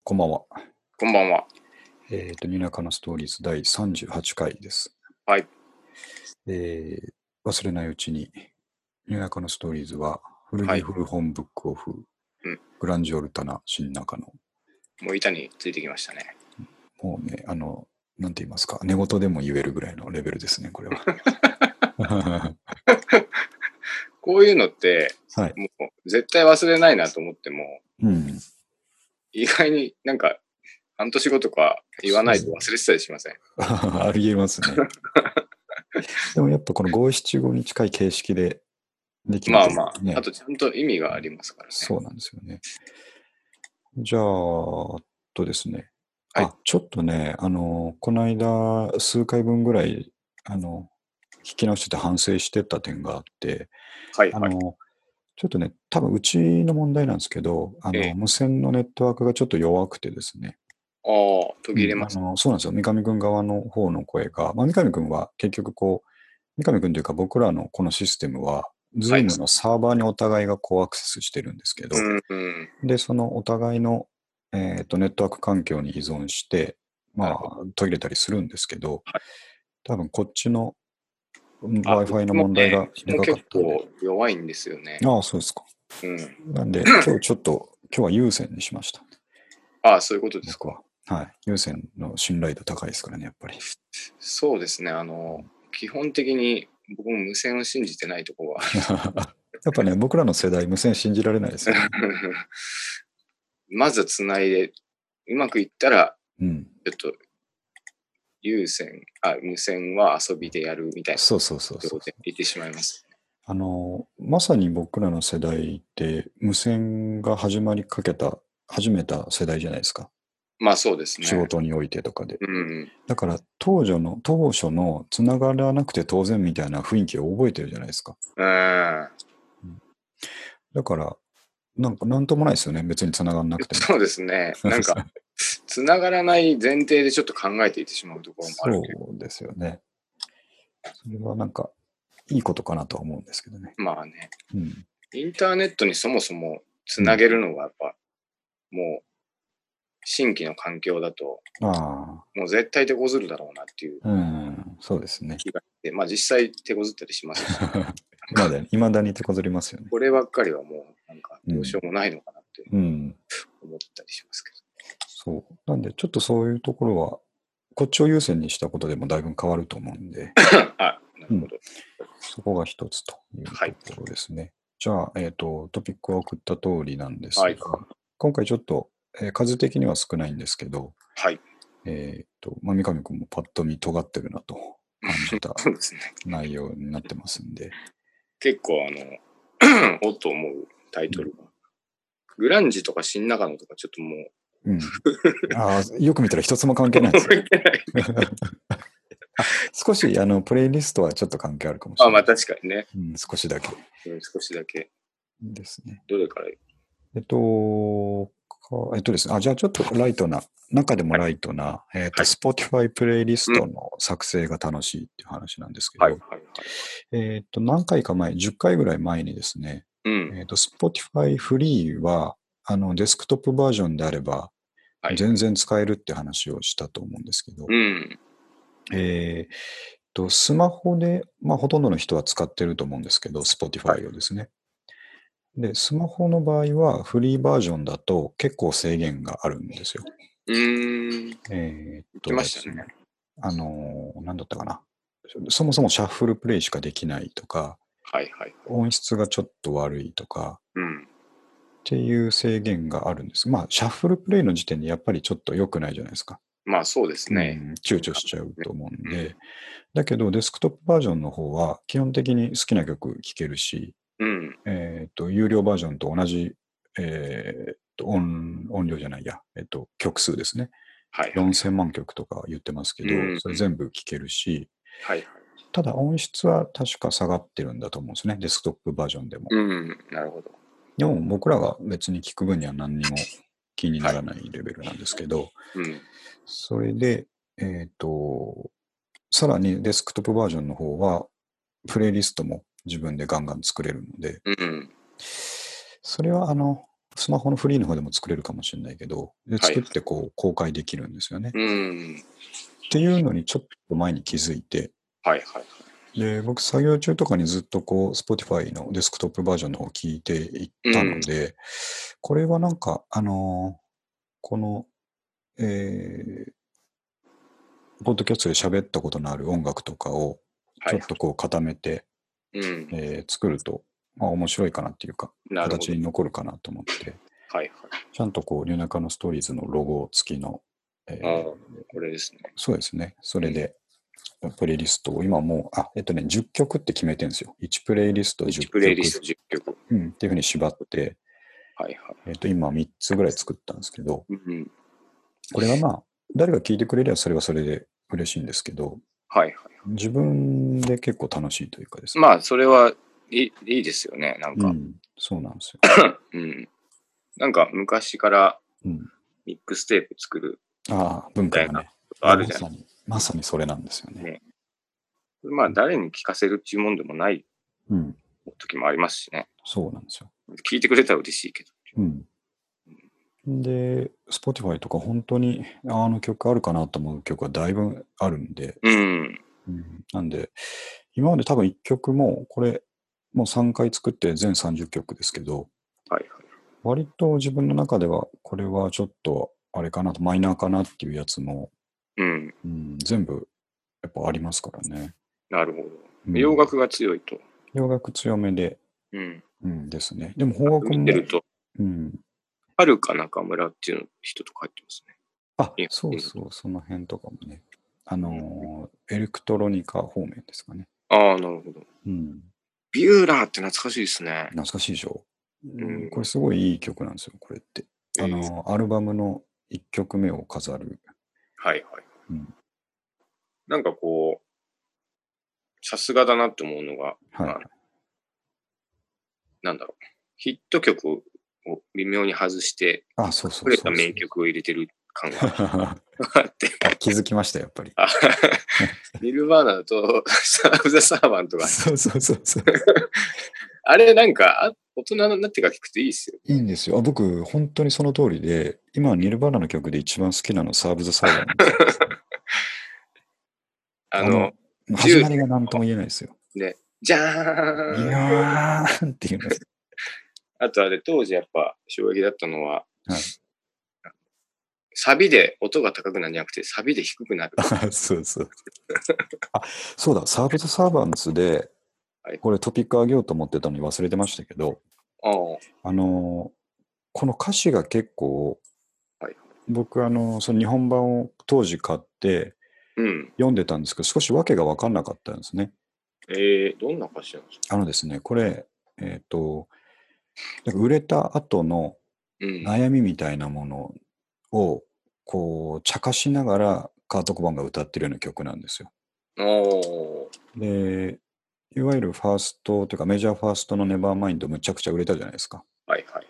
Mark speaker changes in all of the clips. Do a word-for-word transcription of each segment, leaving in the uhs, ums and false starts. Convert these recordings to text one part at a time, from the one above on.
Speaker 1: こんばんは。
Speaker 2: こんばんは。
Speaker 1: えっ、と、ニナカのストーリーズだいさんじゅうはちかいです。
Speaker 2: はい。
Speaker 1: えー忘れないうちに、ニナカのストーリーズは、古
Speaker 2: はい。
Speaker 1: 着古本ブックオフ、
Speaker 2: うん。
Speaker 1: グランジオルタナ新中野。
Speaker 2: もう板についてきましたね。
Speaker 1: もうね、あの、なんて言いますか、寝言でも言えるぐらいのレベルですね、これは。
Speaker 2: こういうのって、
Speaker 1: はい。
Speaker 2: もう絶対忘れないなと思っても、
Speaker 1: うん。
Speaker 2: 意外になんか半年後とか言わないと忘れてたりしません？
Speaker 1: ありえますね。でもやっぱこの五七五に近い形式でできると
Speaker 2: まあまあ、あ
Speaker 1: ね、
Speaker 2: とちゃんと意味がありますからね。
Speaker 1: そうなんですよね。じゃあ、とですね。
Speaker 2: はい。
Speaker 1: あ、ちょっとね、あの、この間、数回分ぐらい、あの、聞き直してて反省してた点があって、
Speaker 2: はいはい。
Speaker 1: あの、ちょっとね、多分うちの問題なんですけど、あの、
Speaker 2: ええ。
Speaker 1: 無線のネットワークがちょっと弱くてですね。
Speaker 2: ああ、途
Speaker 1: うん、
Speaker 2: 切れます。
Speaker 1: あの、そうなんですよ。三上くん側の方の声が、まあ、三上くんは結局こう、三上くんというか僕らのこのシステムは、
Speaker 2: はい。
Speaker 1: Zoom のサーバーにお互いがこうアクセスしてるんですけど、
Speaker 2: うんうん。
Speaker 1: で、そのお互いの、えーと、ネットワーク環境に依存して、まあ、
Speaker 2: なるほど。
Speaker 1: 途切れたりするんですけど、
Speaker 2: はい。
Speaker 1: 多分こっちの
Speaker 2: あ、う
Speaker 1: Wi-Fi の
Speaker 2: ちもね、
Speaker 1: 問題がで
Speaker 2: うちも結
Speaker 1: かかったんで。
Speaker 2: 構弱いんですよね。
Speaker 1: ああ、そうですか。
Speaker 2: うん。
Speaker 1: なんで、今日ちょっと、今日は有線にしました。
Speaker 2: ああ、そういうことですか。
Speaker 1: 僕は。はい。有線の信頼度高いですからね、やっぱり。
Speaker 2: そうですね。あの、基本的に僕も無線を信じてないところは
Speaker 1: やっぱね、僕らの世代、無線信じられないですよね。
Speaker 2: まずつないで、うまくいったら、
Speaker 1: うん。
Speaker 2: ちょっと、有線、あ、無線は遊びでやるみたいな
Speaker 1: そうそうそう
Speaker 2: こと
Speaker 1: そう。
Speaker 2: で言ってしまいます。
Speaker 1: あの、まさに僕らの世代って無線が始まりかけた、始めた世代じゃないですか。
Speaker 2: まあそうです
Speaker 1: 仕
Speaker 2: ね。
Speaker 1: 事においてとかで。
Speaker 2: うん。
Speaker 1: だから当初の、当初の繋がらなくて当然みたいな雰囲気を覚えてるじゃないですか。
Speaker 2: うん。
Speaker 1: うん、だから、なんかなんともないですよね。別に繋がらなくても。
Speaker 2: そうですね。なんか、つながらない前提でちょっと考えていってしまうところもあるけど。
Speaker 1: そうですよね。それはなんかいいことかなとは思うんですけどね。
Speaker 2: まあね。
Speaker 1: うん。
Speaker 2: インターネットにそもそもつ
Speaker 1: うん。
Speaker 2: なげるのがやっぱ、もう、新規の環境だと、
Speaker 1: ああ。
Speaker 2: もう絶対手こずるだろうなっていう
Speaker 1: うん。そうですね。
Speaker 2: 気がして、まあ実際手こずったりしますし、
Speaker 1: 今で、未だに手こずりますよね。
Speaker 2: こればっかりはもうなんか
Speaker 1: うん。
Speaker 2: どうしようもないのかなって
Speaker 1: うん。
Speaker 2: 思ったりしますけ
Speaker 1: そう。なんで、ちょっとそういうところは、こっちを優先にしたことでもだいぶ変わると思うんで、
Speaker 2: ど。あ、な
Speaker 1: うん。
Speaker 2: るほど。
Speaker 1: そこが一つという
Speaker 2: はい。
Speaker 1: ところですね。じゃあ、えっと、トピックを送った通りなんです
Speaker 2: はい。
Speaker 1: が、今回ちょっと、えー数的には少ないんですけど、
Speaker 2: はい。
Speaker 1: えっと、まあ、三上君もパッと見尖ってるなと感じた
Speaker 2: そうですね。
Speaker 1: 内容になってますんで、
Speaker 2: 結構あの、おっと思うタイトルが。グランジとか新中野とかちょっともう、
Speaker 1: うん。ああ、よく見たら一つも関係ないですよ。あ、少し、あの、プレイリストはちょっと関係あるかもし
Speaker 2: あ、まあ
Speaker 1: れない。
Speaker 2: 確かにね。
Speaker 1: うん、少しだけ
Speaker 2: うん、少しだけ。
Speaker 1: ですね。
Speaker 2: どれから。
Speaker 1: えっと、かえっとですね。あ、じゃあちょっとライトな、中でもライトな、えっと、
Speaker 2: はい。
Speaker 1: Spotify プレイリス
Speaker 2: うん。
Speaker 1: トの作成が楽しいっていう話なんですけ
Speaker 2: はい。
Speaker 1: ど、
Speaker 2: はい。はい。
Speaker 1: えっと、何回か前、じゅっかいぐらい前にですね、
Speaker 2: うん。
Speaker 1: えっと、Spotify フリーは、あの、デスクトップバージョンであれば、
Speaker 2: はい。
Speaker 1: 全然使えるって話をしたと思うんですけど、
Speaker 2: うん。
Speaker 1: えーっと、スマホで、まあ、ほとんどの人は使ってると思うんですけど、
Speaker 2: はい。
Speaker 1: Spotify をですね。で、スマホの場合は、フリーバージョンだと結構制限があるんですよ。
Speaker 2: うーん。言
Speaker 1: えーっ
Speaker 2: って
Speaker 1: と
Speaker 2: ましたね。
Speaker 1: ですね、あのー、なんだったかな。そもそもシャッフルプレイしかできないとか、
Speaker 2: はい。はい。
Speaker 1: 音質がちょっと悪いとか、
Speaker 2: うん。
Speaker 1: っていう制限があるんです。まあ、シャッフルプレイの時点でやっぱりちょっと良くないじゃないですか。
Speaker 2: まあそうですね。
Speaker 1: うん、躊躇しちゃうと思うん
Speaker 2: うん。
Speaker 1: で。だけど、デスクトップバージョンの方は、基本的に好きな曲聴けるし、
Speaker 2: うん。
Speaker 1: えっと、有料バージョンと同じ、えっと、音、音量じゃないや、えっと、曲数ですね。
Speaker 2: はい。はい。
Speaker 1: よんせんまん曲とか言ってますけど、
Speaker 2: うん。
Speaker 1: それ全部聴けるし、
Speaker 2: はい。はい。
Speaker 1: ただ音質は確か下がってるんだと思うんですね。デスクトップバージョンでも。
Speaker 2: うん。なるほど。
Speaker 1: でも僕らが別に聞く分には何にも気にな
Speaker 2: はい。
Speaker 1: らないレベルなんですけど、
Speaker 2: うん。
Speaker 1: それで、えっと、さらにデスクトップバージョンの方は、プレイリストも自分でガンガン作れるので、
Speaker 2: うん。
Speaker 1: それはあの、 スマホのフリーの方でも作れるかもしれないけど、で作ってこう公開できるんですよね。
Speaker 2: うん。
Speaker 1: っていうのにちょっと前に気づいて、
Speaker 2: はいはいはい。
Speaker 1: で、僕作業中とかにずっとこう、Spotify のデスクトップバージョンの方を聞いていったので、これはなんか、あのーこの、えー、ポッドキャストで喋ったことのある音楽とかを、ちょっとこう固めて、
Speaker 2: うん。
Speaker 1: えー作ると、まあ面白いかなっていうか、
Speaker 2: なるほど。
Speaker 1: 形に残るかなと思って、
Speaker 2: はいはい。
Speaker 1: ちゃんとこう、ニューナカのストーリーズのロゴ付きの、えー
Speaker 2: ああ、これですね。
Speaker 1: そうですね。それで、プレイリストを今もう、あ、えっとね、じゅっきょくって決めてるんですよ。いちプレイリスト10
Speaker 2: いちプレイリ
Speaker 1: 曲。
Speaker 2: ストじゅっきょく。
Speaker 1: うん、っていうふうに縛って、
Speaker 2: はいはい。
Speaker 1: えっと、今みっつぐらい作ったんですけど、
Speaker 2: うん。
Speaker 1: これはまあ、誰が聞いてくれればそれはそれで嬉しいんですけど、
Speaker 2: はいはい。
Speaker 1: 自分で結構楽しいというかですね。
Speaker 2: まあ、それはいいいいですよね、なんか。
Speaker 1: うん、そうなんですよ。
Speaker 2: うん。なんか昔から
Speaker 1: うん、
Speaker 2: ミックステープ作る
Speaker 1: ああ、文
Speaker 2: みたいな
Speaker 1: 化がね。
Speaker 2: ことあるじゃない
Speaker 1: まさに、まさにそれなんですよね。
Speaker 2: ね。まあ、誰に聞かせるっていうもんでもない
Speaker 1: うん、
Speaker 2: 時もありますしね。
Speaker 1: そうなんですよ。
Speaker 2: 聞いてくれたら嬉しいけど。
Speaker 1: うん。で、Spotify とか本当にあの曲あるかなと思う曲はだいぶあるんで、
Speaker 2: うん。
Speaker 1: うん、なんで、今まで多分いっきょくも、これ、もうさんかい作って全さんじゅっきょくですけど、
Speaker 2: はいはい。
Speaker 1: 割と自分の中では、これはちょっと、あれかなと、マイナーかなっていうやつも、
Speaker 2: うん。
Speaker 1: うん、全部、やっぱありますからね。
Speaker 2: なるほど。
Speaker 1: うん
Speaker 2: 洋楽が強いと。
Speaker 1: 洋楽強めで、
Speaker 2: うん。
Speaker 1: うんですね。でも邦楽も、
Speaker 2: 見てると、
Speaker 1: うん。
Speaker 2: はるか中村っていう人とか入ってますね。
Speaker 1: あ、
Speaker 2: いや
Speaker 1: そうそう、その辺とかもね。あ
Speaker 2: うん
Speaker 1: のーエレクトロニカ方面ですかね。
Speaker 2: ああ、なるほど。
Speaker 1: うん。
Speaker 2: ビューラーって懐かしいですね。
Speaker 1: 懐かしいでしょ。う
Speaker 2: うん
Speaker 1: ん、これすごいいい曲なんですよ、これって。あのーアルバムのいっきょくめを飾る。
Speaker 2: はいはい。
Speaker 1: うん、
Speaker 2: なんかこう、さすがだなって思うのが、
Speaker 1: はい。
Speaker 2: あのなんだろう。ヒット曲を微妙に外して、
Speaker 1: あ、そうそうそうそう。
Speaker 2: 隠れた名曲を入れてる感があって。
Speaker 1: あ、気づきました、やっぱり。
Speaker 2: あニルバーナだと、サーブ・ザ・サーバントが。
Speaker 1: そうそうそうそう。
Speaker 2: あれなんか、あ大人になってから聞くといいっすよ。
Speaker 1: いいんですよ。あ、僕、本当にその通りで、今、ニルバーナの曲で一番好きなの、サーブ・ザ・サーバーなんですよ。
Speaker 2: あ
Speaker 1: あの、
Speaker 2: の、
Speaker 1: 始まりが何とも言えないですよ。
Speaker 2: ね、じゃ
Speaker 1: い
Speaker 2: ーん
Speaker 1: やーんっていうの。
Speaker 2: あとあれ、当時やっぱ衝撃だったのは、
Speaker 1: はい、
Speaker 2: サビで音が高くなるんじゃなくて、サビで低くなる。
Speaker 1: そうそう。あ、そうだ、サーブ・ザ・サーバンツで、これトピック上げようと思ってたのに忘れてましたけど、
Speaker 2: あ
Speaker 1: あの、この歌詞が結構、
Speaker 2: はい、
Speaker 1: 僕、あの、その日本版を当時買って
Speaker 2: うん。
Speaker 1: 読んでたんですけど、少しわけが分かんなかったんですね。
Speaker 2: えー、どんな歌詞なんですか？
Speaker 1: あのですね、これ、えっと、売れた後の悩みみたいなものを、こう、茶化しながらカート・コバンが歌ってるような曲なんですよ。で、いわゆるファーストというかメジャーファーストのネバーマインドむちゃくちゃ売れたじゃないですか。
Speaker 2: はいはいはい。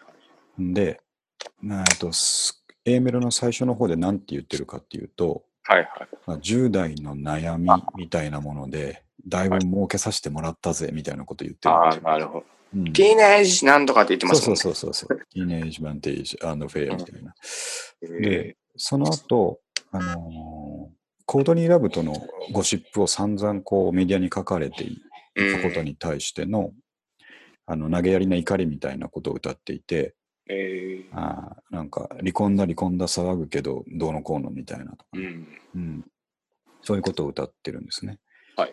Speaker 1: で、えっと、A メロの最初の方で何て言ってるかっていうと、
Speaker 2: はいはい。
Speaker 1: まあ、じゅう代の悩みみたいなもので、だいぶ儲けさせてもらったぜみたいなこと言ってるんですよ。
Speaker 2: ああ、なるほど。
Speaker 1: うん、
Speaker 2: ティーネージなんとかって言ってますもんね。
Speaker 1: そうそうそうそう。ティーネージバンテージ、アンドフェアみたいな。
Speaker 2: うん、
Speaker 1: で、その後、あのー、コードニー・ラブとのゴシップを散々こうメディアに書かれていたことに対しての、あの投げやりな怒りみたいなことを歌っていて、
Speaker 2: えー、
Speaker 1: あなんか離婚だ離婚だ騒ぐけどどうのこうのみたいなとか、
Speaker 2: うん
Speaker 1: うん、そういうことを歌ってるんですね。
Speaker 2: はいはい、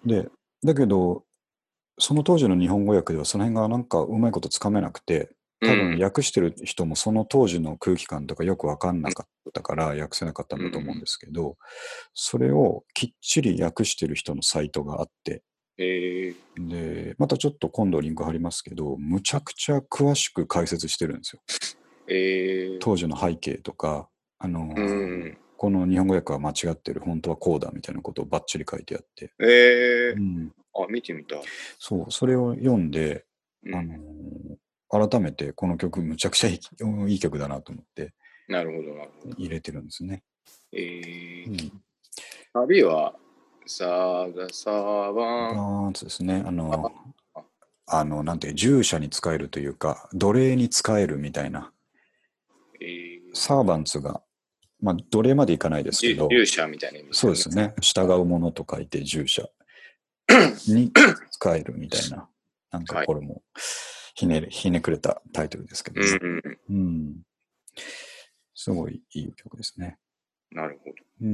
Speaker 1: で、だけど、その当時の日本語訳ではその辺がなんかうまいことつかめなくて、多分訳してる人もその当時の空気感とかよくわかんなかったから訳せなかったんだと思うんですけど、それをきっちり訳してる人のサイトがあって、
Speaker 2: え
Speaker 1: ー、で、またちょっと今度リンク貼りますけど、むちゃくちゃ詳しく解説してるんですよ。
Speaker 2: えー、
Speaker 1: 当時の背景とか、あのー
Speaker 2: うん、
Speaker 1: この日本語訳は間違ってる、本当はこうだみたいなことをバッチリ書いてあって。
Speaker 2: えー、
Speaker 1: うん、
Speaker 2: あ、見てみたい。
Speaker 1: そう、それを読んで、
Speaker 2: うん、
Speaker 1: あのー、改めてこの曲むちゃくちゃいいいい曲だなと思って
Speaker 2: なるほど、なるほど。
Speaker 1: 入れてるんですね。
Speaker 2: えー、
Speaker 1: うん、
Speaker 2: 旅は、サーガサーバ
Speaker 1: バ
Speaker 2: ン。
Speaker 1: ーンツですね。あのー、 あの、なんていう、従者に使えるというか、奴隷に使えるみたいな、
Speaker 2: えー、
Speaker 1: サーバンツが、まあ、奴隷までいかないですけ
Speaker 2: じ
Speaker 1: ど、
Speaker 2: 勇者みたいな意味ですよね。
Speaker 1: そうですね、従うものと書いて従者に使えるみたいな、なんか
Speaker 2: はい。
Speaker 1: これもひね、ひねくれたタイトルですけどね。
Speaker 2: うん、
Speaker 1: うん。すごいいい曲ですね。
Speaker 2: なるほど。
Speaker 1: うん。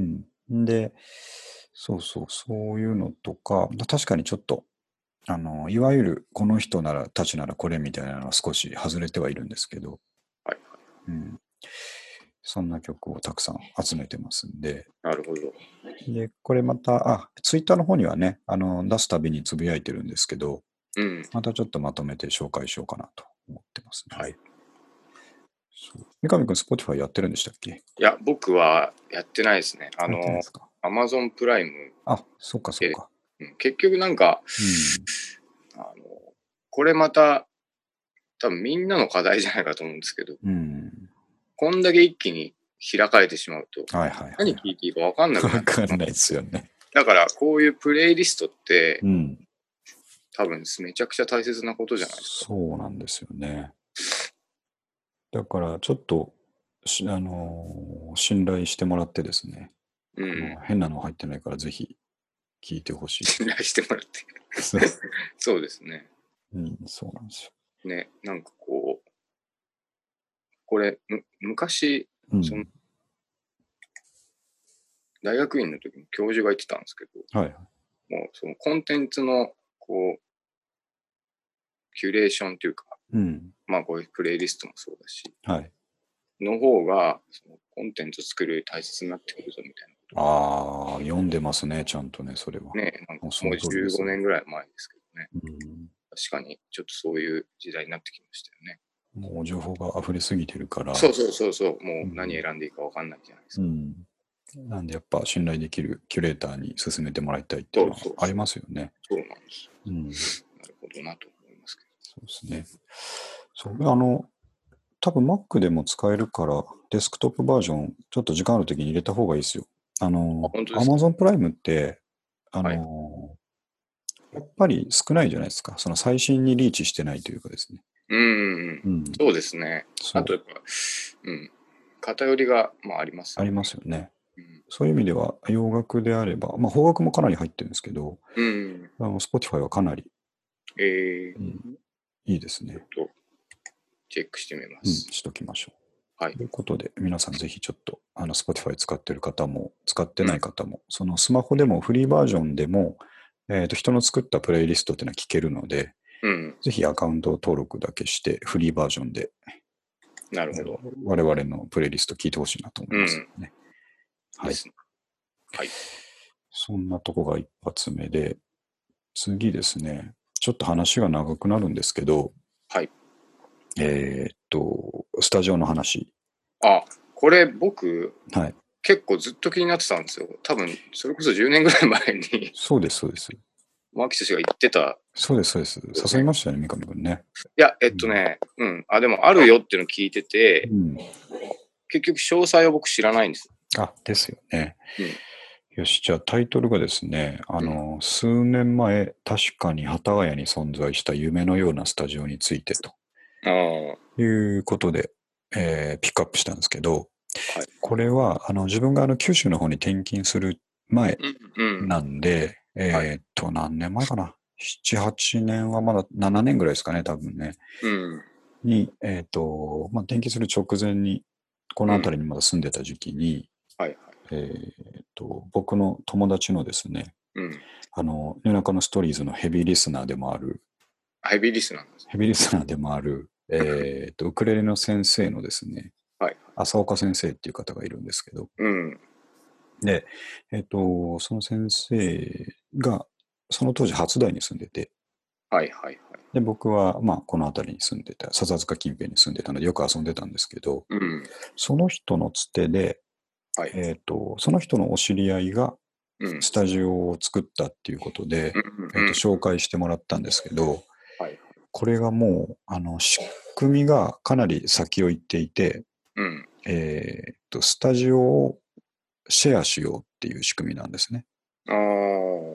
Speaker 1: で、そうそう、そういうのとか、確かにちょっと、あの、いわゆるこの人なら、たちならこれみたいなのは少し外れてはいるんですけど、
Speaker 2: はい。
Speaker 1: うん。そんな曲をたくさん集めてますんで、
Speaker 2: なるほど。
Speaker 1: で、これまた、あ、ツイッターの方にはね、あの、出すたびにつぶやいてるんですけど、
Speaker 2: うん。
Speaker 1: またちょっとまとめて紹介しようかなと思ってますね。
Speaker 2: はい。
Speaker 1: そう。三上くん、Spotify やってるんでしたっけ？
Speaker 2: いや、僕はやってないですね。あ
Speaker 1: やってないで
Speaker 2: の、
Speaker 1: すか？
Speaker 2: Amazon プライム
Speaker 1: あ、そっかそっ
Speaker 2: で、
Speaker 1: か。
Speaker 2: うん、結局なんか、
Speaker 1: うん。
Speaker 2: あの、これまた、多分みんなの課題じゃないかと思うんですけど、
Speaker 1: うん。
Speaker 2: こんだけ一気に開かれてしまうと、
Speaker 1: はいはいはい、
Speaker 2: 何聞いていいか分かんなくな
Speaker 1: わ
Speaker 2: る。
Speaker 1: かんないですよね。
Speaker 2: だから、こういうプレイリストって、
Speaker 1: うん。
Speaker 2: 多分めちゃくちゃ大切なことじゃないですか。
Speaker 1: そうなんですよね。だから、ちょっと、しあのー信頼してもらってですね、
Speaker 2: うん。
Speaker 1: あの変なの入ってないからぜひ聞いてほしい。
Speaker 2: 信頼してもらって。
Speaker 1: そう
Speaker 2: そうですね。
Speaker 1: うん、そうなんですよ。
Speaker 2: ね、なんかこう、これ、む昔、その
Speaker 1: うん。
Speaker 2: 大学院の時に教授が言ってたんですけど、
Speaker 1: はい。
Speaker 2: もうそのコンテンツのこう、キュレーションというか、
Speaker 1: うん。
Speaker 2: まあこういうプレイリストもそうだし、
Speaker 1: はい。
Speaker 2: の方が、そのコンテンツを作る大切になってくるぞみたいなこと
Speaker 1: ああ、読んでますね、ちゃんとね、それは。
Speaker 2: ね、なんか
Speaker 1: もうそ
Speaker 2: もう
Speaker 1: の通りです
Speaker 2: 15
Speaker 1: ね。
Speaker 2: 年ぐらい前ですけどね。
Speaker 1: うん。
Speaker 2: 確かに、ちょっとそういう時代になってきましたよね。
Speaker 1: もう情報が溢れすぎてるから、
Speaker 2: そうそうそうそう、もう何
Speaker 1: うん。
Speaker 2: 選んでいいか分かんないじゃないですか。
Speaker 1: うん。なんでやっぱ信頼できるキュレーターに進めてもらいたいってい
Speaker 2: そう
Speaker 1: うのはあり
Speaker 2: そうそう。
Speaker 1: ますよね。
Speaker 2: そうなんですよ。
Speaker 1: うん。
Speaker 2: なるほどなと思いますけ
Speaker 1: そうですね。そう、あの、多分 Mac でも使えるから、デスクトップバージョン、ちょっと時間あるときに入れた方がいいですよ。あ
Speaker 2: ど。あ、
Speaker 1: の、
Speaker 2: 本当ですか？
Speaker 1: Amazon プライムって、あ
Speaker 2: はい。
Speaker 1: の、やっぱり少ないじゃないですか。その最新にリーチしてないというかですね。
Speaker 2: うん。
Speaker 1: うん。
Speaker 2: そうですね。あと
Speaker 1: そう。
Speaker 2: やっぱ、うん。偏りが、まあ、あります
Speaker 1: あり
Speaker 2: よね。
Speaker 1: ますよね。
Speaker 2: うん。
Speaker 1: そういう意味では、洋楽であれば、まあ、邦楽もかなり入ってるんですけど、
Speaker 2: うん。
Speaker 1: あの、Spotify はかなり、
Speaker 2: えー、
Speaker 1: うん、いいですね。
Speaker 2: ちょっとチェックしてみま
Speaker 1: うん、
Speaker 2: す。
Speaker 1: しときましょう。
Speaker 2: はい。
Speaker 1: ということで、皆さんぜひちょっと、あの、Spotify 使ってる方も、使って
Speaker 2: うん。
Speaker 1: ない方も、そのスマホでもフリーバージョンでも、えっと、人の作ったプレイリストっていうのは聞けるので、
Speaker 2: うん。
Speaker 1: ぜひアカウント登録だけして、フリーバージョンで、
Speaker 2: なるほど。
Speaker 1: 我々のプレイリスト聞いてほしいなと思います
Speaker 2: うん。
Speaker 1: ね。はい。
Speaker 2: ですね。はい。
Speaker 1: そんなとこが一発目で、次ですね、ちょっと話が長くなるんですけど、
Speaker 2: はい。
Speaker 1: えーっと、スタジオの話。
Speaker 2: あ、これ僕、
Speaker 1: はい。
Speaker 2: 結構ずっと気になってたんですよ。多分、それこそじゅうねんぐらい前に、
Speaker 1: そうです、そうです。
Speaker 2: マキシ氏が言ってた。
Speaker 1: そうです、そうです。誘いましたよね、三上くんね。
Speaker 2: いや、えっとね、うん。あ、でもあるよっていうのを聞いてて、
Speaker 1: うん。
Speaker 2: 結局詳細は僕知らないんです。
Speaker 1: あ、ですよね。
Speaker 2: うん。
Speaker 1: よし、じゃあタイトルがですね、あ
Speaker 2: うん。
Speaker 1: の、数年前、確かに幡ヶ谷に存在した夢のようなスタジオについてと
Speaker 2: ああ、は
Speaker 1: いうことで、えーピックアップしたんですけど、
Speaker 2: い。
Speaker 1: これは、あの、自分があの、九州の方に転勤する前
Speaker 2: うん、うん。
Speaker 1: なんで、
Speaker 2: はい。
Speaker 1: えーっと、何年前かな。なな、はちねんはまだななねんぐらいですかね、多分ね。
Speaker 2: うん。
Speaker 1: に、えーっと、まあ、転勤する直前に、この
Speaker 2: うん。
Speaker 1: 辺りにまだ住んでた時期に、
Speaker 2: はい。はい。
Speaker 1: えーっと、僕の友達のですね、
Speaker 2: うん。
Speaker 1: あの、夜中のストーリーズのヘビーリスナーでもある、
Speaker 2: ヘビーリスなんです。
Speaker 1: ヘビーリスナーでもある、えーっと、ウクレレの先生のですね、
Speaker 2: はい。
Speaker 1: 浅岡先生っていう方がいるんですけど、
Speaker 2: うん。
Speaker 1: で、えーっと、その先生が、その当時初台に住んでて、
Speaker 2: はい。はい。はい。
Speaker 1: で、僕は、まあ、この辺りに住んでた、笹塚近辺に住んでたので、よく遊んでたんですけど、
Speaker 2: うん。
Speaker 1: その人のつてで、
Speaker 2: はい。
Speaker 1: えっと、その人のお知り合いが
Speaker 2: うん。
Speaker 1: スタジオを作ったっていうことで、
Speaker 2: うん。
Speaker 1: えっと、
Speaker 2: うん。
Speaker 1: 紹介してもらったんですけど、
Speaker 2: はい。
Speaker 1: これがもう、あの、仕組みがかなり先を行っていて、
Speaker 2: うん。
Speaker 1: えっと、スタジオをシェアしようっていう仕組みなんですね。
Speaker 2: ああ。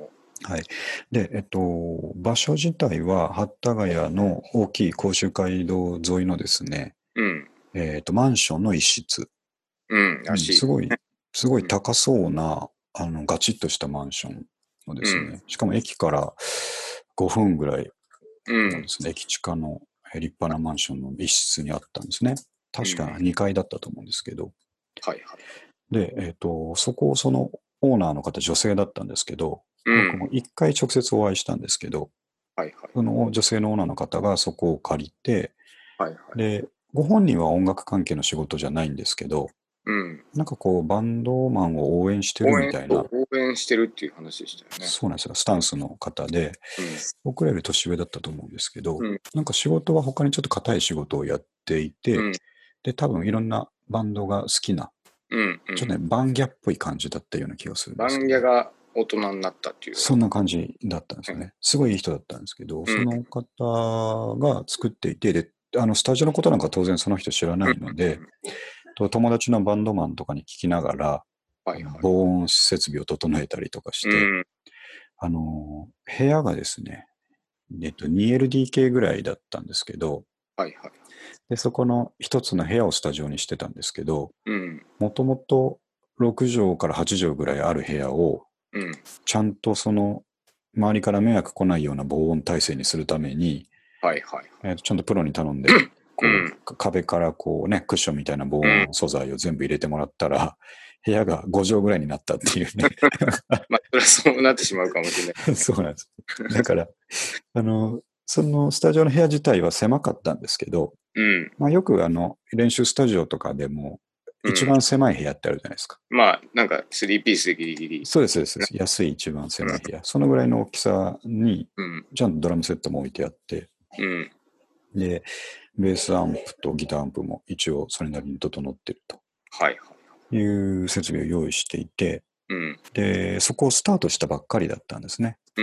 Speaker 1: はい。で、えっと、場所自体は、八田ヶ谷の大きい甲州街道沿いのですね、
Speaker 2: うん。
Speaker 1: えっと、マンションの一室。
Speaker 2: うん。
Speaker 1: うん、
Speaker 2: らしい。
Speaker 1: すごい、すご
Speaker 2: うん。
Speaker 1: い高そうな、あの、ガチッとしたマンションので
Speaker 2: うん。
Speaker 1: すね、しかも駅からごふんぐらい
Speaker 2: うん。
Speaker 1: のですね、駅地下のえ立派なマンションの一室にあったんですね。
Speaker 2: うん。
Speaker 1: 確かにかいだったと思うんですけど。
Speaker 2: はいはい。
Speaker 1: で、えっと、そこをそのオーナーの方、女性だったんですけど、
Speaker 2: うん。
Speaker 1: 僕もいっかい直接お会いしたんですけど、
Speaker 2: はいはい。
Speaker 1: その女性のオーナーの方がそこを借りて、
Speaker 2: はいはい。
Speaker 1: で、ご本人は音楽関係の仕事じゃないんですけど、
Speaker 2: うん。
Speaker 1: なんかこう、バンドマンを応援してる
Speaker 2: 応援、
Speaker 1: みたいな、
Speaker 2: 応援してるっていう話でしたよね。
Speaker 1: そうなんですよ、スタンスの方で、
Speaker 2: うん。
Speaker 1: 僕らより年上だったと思うんですけど、
Speaker 2: うん。
Speaker 1: なんか仕事は他にちょっと硬い仕事をやっていて、
Speaker 2: うん。
Speaker 1: で、多分いろんなバンドが好きな、
Speaker 2: うん。う
Speaker 1: ちょっとね、
Speaker 2: ん。
Speaker 1: バンギャっぽい感じだったような気がするんで
Speaker 2: バン
Speaker 1: すけど、
Speaker 2: ギャが大人になったっていうよ
Speaker 1: そんな感じだったんですよ
Speaker 2: ね。
Speaker 1: ね。すごいいい人だったんですけど、
Speaker 2: うん。
Speaker 1: その方が作っていて、で、あの、スタジオのことなんか当然その人知ら
Speaker 2: うん。
Speaker 1: ないので、と友達のバンドマンとかに聞きながら、あの
Speaker 2: はいはい。
Speaker 1: 防音設備を整えたりとかし
Speaker 2: う
Speaker 1: て、
Speaker 2: ん。
Speaker 1: あの、部屋がですね、えっと、にエルディーケー ぐらいだったんですけど、
Speaker 2: はいはい。
Speaker 1: で、そこの一つの部屋をスタジオにしてたんですけど、
Speaker 2: うん。
Speaker 1: もともとろく畳からはち畳ぐらいある部屋を、
Speaker 2: うん。
Speaker 1: ちゃんとその、周りから迷惑来ないような防音体制にするために、
Speaker 2: はいはい。
Speaker 1: えーとちゃんとプロに頼んで、こ
Speaker 2: うん。
Speaker 1: う、壁からこうね、クッションみたいな防
Speaker 2: うん。
Speaker 1: 音素材を全部入れてもらったら、部屋がご畳ぐらいになったっていうね。
Speaker 2: まあ、それはそうなってしまうかもしれないですね。
Speaker 1: そうなんです。だから、あの、そのスタジオの部屋自体は狭かったんですけど、
Speaker 2: うん。
Speaker 1: まあ、よくあの、練習スタジオとかでも、一
Speaker 2: うん。
Speaker 1: 番狭い部屋ってあるじゃないですか。
Speaker 2: まあ、なんか、スリーピースでギリギリ。
Speaker 1: そうです、そうです。安い一番狭い部屋。そのぐらいの大きさに、
Speaker 2: うん。
Speaker 1: ちゃんとドラムセットも置いてあって、
Speaker 2: うん。
Speaker 1: で、ベースアンプとギターアンプも一応それなりに整っていると
Speaker 2: はいはい。
Speaker 1: いう設備を用意していて、
Speaker 2: うん。
Speaker 1: で、そこをスタートしたばっかりだったんですね。
Speaker 2: うん。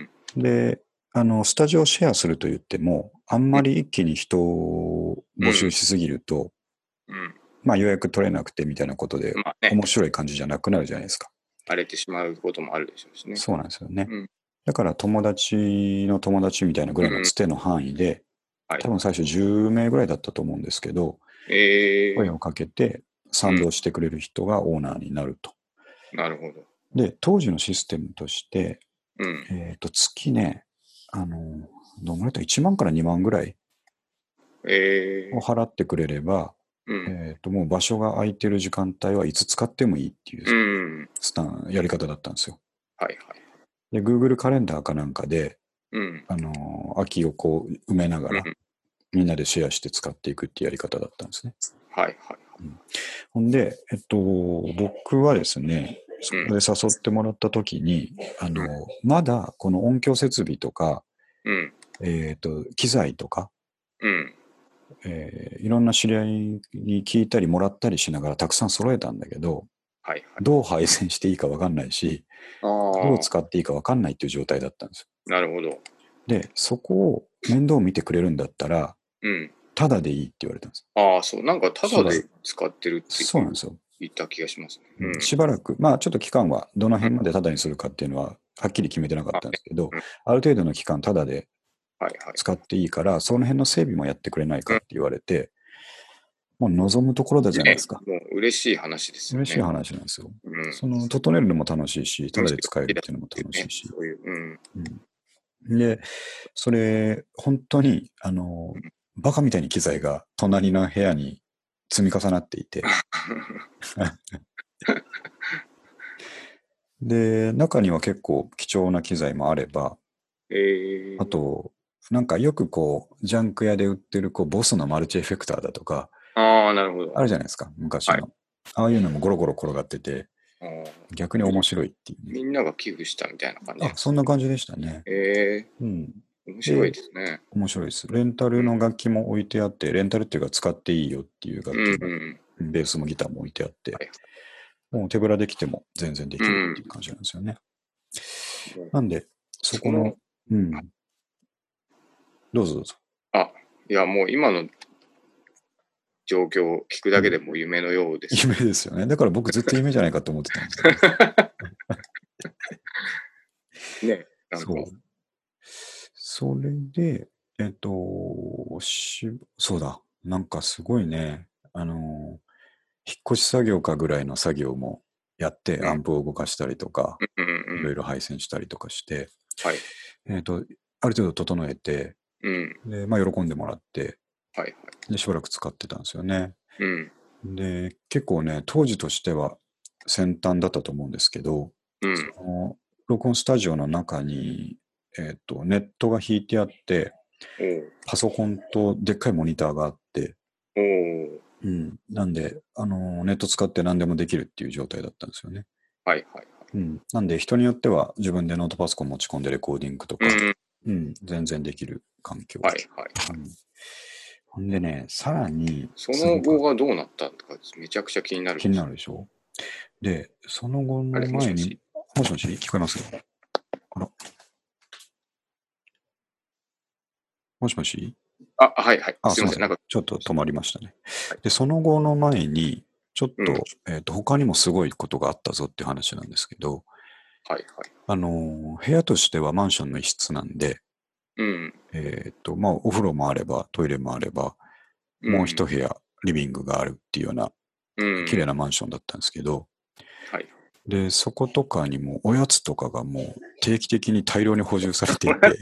Speaker 1: で、あの、スタジオをシェアすると言っても、あん
Speaker 2: うん。
Speaker 1: まり一気に人を募集しすぎると、
Speaker 2: うん。
Speaker 1: まあ予約取れなくてみたいなことで、
Speaker 2: まあね、
Speaker 1: 面白い感じじゃなくなるじゃないですか。
Speaker 2: 荒れてしまうこともあるでしょうしね。
Speaker 1: そうなんですよね。
Speaker 2: うん。
Speaker 1: だから友達の友達みたいなぐらいの
Speaker 2: うん。
Speaker 1: つての範囲で、
Speaker 2: はいはい。
Speaker 1: 多分最初じゅうめいぐらいだったと思うんですけど、声
Speaker 2: え
Speaker 1: をかけて
Speaker 2: ー。うん。
Speaker 1: 賛同してくれる人がオーナーになると。
Speaker 2: なるほど。
Speaker 1: で、当時のシステムとして、
Speaker 2: うん。
Speaker 1: えっと、月ね、あの、どのぐらいだいちまんからにまんぐらいを
Speaker 2: え
Speaker 1: 払ってくれれば、
Speaker 2: ー。うん。
Speaker 1: えっと、もう場所が空いてる時間帯はいつ使ってもいいっていう
Speaker 2: うん。
Speaker 1: スタン、やり方だったんですよ。
Speaker 2: はいはい。
Speaker 1: で、Google カレンダーかなんかで、
Speaker 2: うん。
Speaker 1: あの、空きをこう埋めながら、
Speaker 2: うん。
Speaker 1: みんなでシェアして使っていくっていうやり方だったんですね。
Speaker 2: はいはい。
Speaker 1: うん、ほんで、えっと、僕はですね、そこで誘ってもらった時に、あの、
Speaker 2: うん。
Speaker 1: まだこの音響設備とか、
Speaker 2: うん。
Speaker 1: えっと、機材とか、
Speaker 2: うん。
Speaker 1: えーいろんな知り合いに聞いたりもらったりしながらたくさん揃えたんだけど、
Speaker 2: はいはい。
Speaker 1: どう配線していいかわかんないし、
Speaker 2: あ
Speaker 1: どう
Speaker 2: あ、
Speaker 1: 使っていいかわかんないっていう状態だったんですよ。
Speaker 2: なるほど。
Speaker 1: で、そこを面倒見てくれるんだったら、
Speaker 2: うん。
Speaker 1: ただでいいって言われたんです。
Speaker 2: ああ、そう。なんか、タ
Speaker 1: しばらく。
Speaker 2: ダで使ってるっていう、
Speaker 1: そうなんですよ。
Speaker 2: 言った気がしますね。
Speaker 1: うん
Speaker 2: うん。
Speaker 1: しばらく、まあちょっと期間はどの
Speaker 2: うん。
Speaker 1: 辺までタダにするかっていうのははっきり決めてなかっ
Speaker 2: あ、ね。
Speaker 1: たんですけど、
Speaker 2: うん。
Speaker 1: ある程度の期間タダで
Speaker 2: はいはい。
Speaker 1: 使っていいから、その辺の整備もやってくれない
Speaker 2: うん。
Speaker 1: かって言われて、もう望むところだじゃないで
Speaker 2: ね、
Speaker 1: すか。
Speaker 2: もう嬉しい話ですよ
Speaker 1: 嬉しい
Speaker 2: ね。
Speaker 1: 話なんですよ。
Speaker 2: うん。
Speaker 1: その、整えるのも楽しいし、タダで
Speaker 2: むしろ好きだっ
Speaker 1: 使えるっていうのも
Speaker 2: ていうね、
Speaker 1: 楽しいし。
Speaker 2: そういう、うん。
Speaker 1: うん、で、それ、本当に、あの、バカみたいに機材が隣の部屋に積み重なっていて、で、中には結構貴重な機材もあれば、
Speaker 2: えー、
Speaker 1: あと、なんかよくこう、ジャンク屋で売ってるこう、ボスのマルチエフェクターだとか、
Speaker 2: ああ、なるほど。
Speaker 1: あるじゃないですか、昔
Speaker 2: はい。
Speaker 1: の。ああいうのもゴロゴロ転がってて、
Speaker 2: あー
Speaker 1: 逆に面白いっていうね。
Speaker 2: みんなが寄付したみたいな感じ
Speaker 1: あ、
Speaker 2: ですか。
Speaker 1: そんな感じでしたね。
Speaker 2: え
Speaker 1: うん。
Speaker 2: ー、面白い
Speaker 1: で、
Speaker 2: ですね。
Speaker 1: 面白いです。レンタル
Speaker 2: うん。
Speaker 1: の楽器も置いてあって、レンタルっていうか使っていいよっていう楽
Speaker 2: うん、
Speaker 1: 器も、
Speaker 2: うん。
Speaker 1: ベースもギターも置いてあって、
Speaker 2: はい。
Speaker 1: もう手ぶらできても全然で
Speaker 2: う
Speaker 1: きるってい
Speaker 2: ん。
Speaker 1: う感じなんですよね。
Speaker 2: もう
Speaker 1: なんで、そこの、
Speaker 2: その、
Speaker 1: うん、どうぞどうぞ。
Speaker 2: あ、いや、もう今の状況を聞くだけでも夢のようです。
Speaker 1: 夢ですよね。だから僕ずっと夢じゃないかと思ってたんですけど。
Speaker 2: ね。
Speaker 1: それで、えっと、し、そうだ、なんかすごいね、あの、引っ越し作業かぐらいの作業もやって、
Speaker 2: うん。
Speaker 1: アンプを動かしたりとか、
Speaker 2: うんうんうん。
Speaker 1: いろいろ配線したりとかして、
Speaker 2: はい。
Speaker 1: えっと、ある程度整えて、
Speaker 2: うん。
Speaker 1: で、まあ、喜んでもらって、
Speaker 2: はいはい。
Speaker 1: で、しばらく使ってたんですよね。
Speaker 2: うん。
Speaker 1: で、結構ね、当時としては先端だったと思うんですけど、
Speaker 2: うん。
Speaker 1: その、録音スタジオの中に、えっと、ネットが引いてあって、
Speaker 2: おー
Speaker 1: パソコンとでっかいモニターがあって、
Speaker 2: おー。
Speaker 1: うん。なんで、あの、ネット使って何でもできるっていう状態だったんですよね。
Speaker 2: はいはいはい。
Speaker 1: うん。なんで、人によっては自分でノートパソコン持ち込んでレコーディングとか、
Speaker 2: うん。
Speaker 1: うん、全然できる環境。
Speaker 2: はいはいはい。
Speaker 1: うん。ほんでね、さらに、
Speaker 2: そ
Speaker 1: すごか、
Speaker 2: の後がどうなったとか、めちゃくちゃ気になる
Speaker 1: 気に
Speaker 2: んです。
Speaker 1: なるでしょ？で、その後
Speaker 2: あ
Speaker 1: の前に、
Speaker 2: れもしもし。
Speaker 1: もしもし聞こえます？あら、もしもし
Speaker 2: あ、はいはい。
Speaker 1: あ、
Speaker 2: すいません。
Speaker 1: すいません。
Speaker 2: なんか、
Speaker 1: ちょっと止まりましたね。
Speaker 2: はい。
Speaker 1: で、その後の前に、ちょっ
Speaker 2: うん。
Speaker 1: と、えっと、他にもすごいことがあったぞっていう話なんですけど、
Speaker 2: はいはい。
Speaker 1: あの、部屋としてはマンションの一室なんで、
Speaker 2: うん。
Speaker 1: えっと、まあ、お風呂もあれば、トイレもあれば、もう一
Speaker 2: うん。
Speaker 1: 部屋、リビングがあるっていうような、
Speaker 2: うん。
Speaker 1: 綺麗なマンションだったんですけど、
Speaker 2: はい。
Speaker 1: で、そことかにも、おやつとかがもう定期的に大量に補充されていて、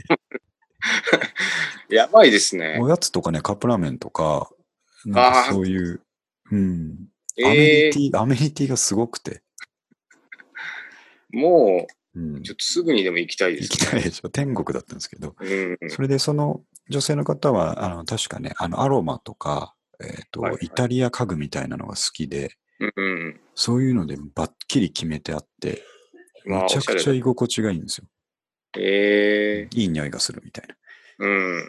Speaker 2: やばいですね。
Speaker 1: おやつとかね、カップラーメンとか、なんか
Speaker 2: ああ、
Speaker 1: そういう、うん、アメニテ
Speaker 2: ええ
Speaker 1: ィ、アメニティがすごくて、
Speaker 2: ー、もう、
Speaker 1: うん、
Speaker 2: ちょっとすぐにでも行きたいで
Speaker 1: 行
Speaker 2: すね。
Speaker 1: きたいでしょ。天国だったんですけど、
Speaker 2: うん。
Speaker 1: それでその女性の方は、あの、確かね、あの、アロマとか、えっと、
Speaker 2: はいはい。
Speaker 1: イタリア家具みたいなのが好きで、
Speaker 2: うん。
Speaker 1: そういうのでバッキリ決めてあって、む
Speaker 2: まあ、おしゃれだ。
Speaker 1: ちゃくちゃ居心地がいいんですよ。
Speaker 2: ええ
Speaker 1: いい匂いがするみたいな。
Speaker 2: ー、うん。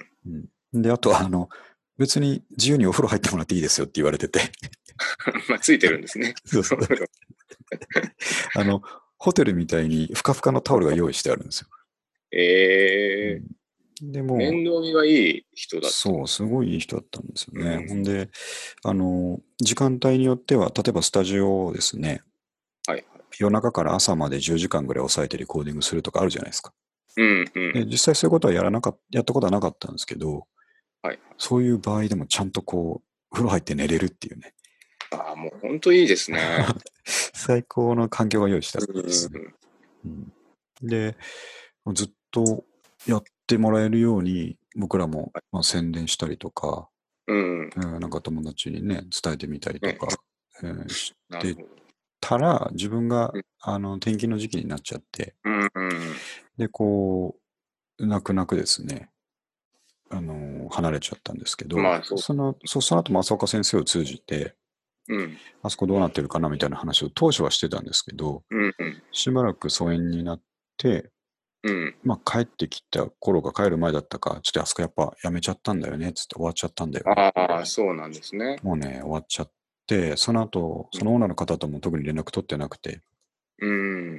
Speaker 1: うん、で、あと、あの、別に自由にお風呂入ってもらっていいですよって言われてて。
Speaker 2: まあ、ついてるんですね。
Speaker 1: そうそう。あの、ホテルみたいにふかふかのタオルが用意してあるんですよ。う
Speaker 2: ええ
Speaker 1: ん、で
Speaker 2: ー、
Speaker 1: も、
Speaker 2: 面倒見がいい人だったん
Speaker 1: そう、
Speaker 2: です。
Speaker 1: すごいいい人だったんですよね。ほ
Speaker 2: うん。
Speaker 1: んで、あの、時間帯によっては、例えばスタジオをですね、
Speaker 2: はいはい。
Speaker 1: 夜中から朝までじゅうじかんぐらい抑えてレコーディングするとかあるじゃないですか。
Speaker 2: うんう
Speaker 1: で、
Speaker 2: ん。
Speaker 1: 実際そういうことはやらなかっやったことはなかったんですけど、
Speaker 2: はい。
Speaker 1: そういう場合でもちゃんとこう、風呂入って寝れるっていうね、
Speaker 2: ああ、もう本当いいですね。
Speaker 1: 最高の環境が用意してあってですね。
Speaker 2: うん。
Speaker 1: うん、で、ずっとやってもらえるように、僕らも、まあ、宣伝したりとか、
Speaker 2: うん。
Speaker 1: えーなんか友達にね、伝えてみたりと
Speaker 2: ね、
Speaker 1: か、えーして
Speaker 2: なるほど。
Speaker 1: たら、自分が、
Speaker 2: うん。
Speaker 1: あの、転勤の時期になっちゃって、
Speaker 2: うんうん。
Speaker 1: で、こう、泣く泣くですね、あの、離れちゃったんですけど、
Speaker 2: まあ、そう。
Speaker 1: その、そその後、正岡先生を通じて、
Speaker 2: うん。
Speaker 1: あそこどうなってるかなみたいな話を当初はしてたんですけど、
Speaker 2: うんうん。
Speaker 1: しばらく疎遠になって、
Speaker 2: うん。
Speaker 1: まあ、帰ってきた頃か帰る前だったか、ちょっとあそこやっぱやめちゃったんだよね、つって終わっちゃったんだよね。
Speaker 2: ああ、そうなんですね。
Speaker 1: もうね、終わっちゃって、その後、
Speaker 2: うん。
Speaker 1: そのオーナーの方とも特に連絡取ってなくて、
Speaker 2: うん。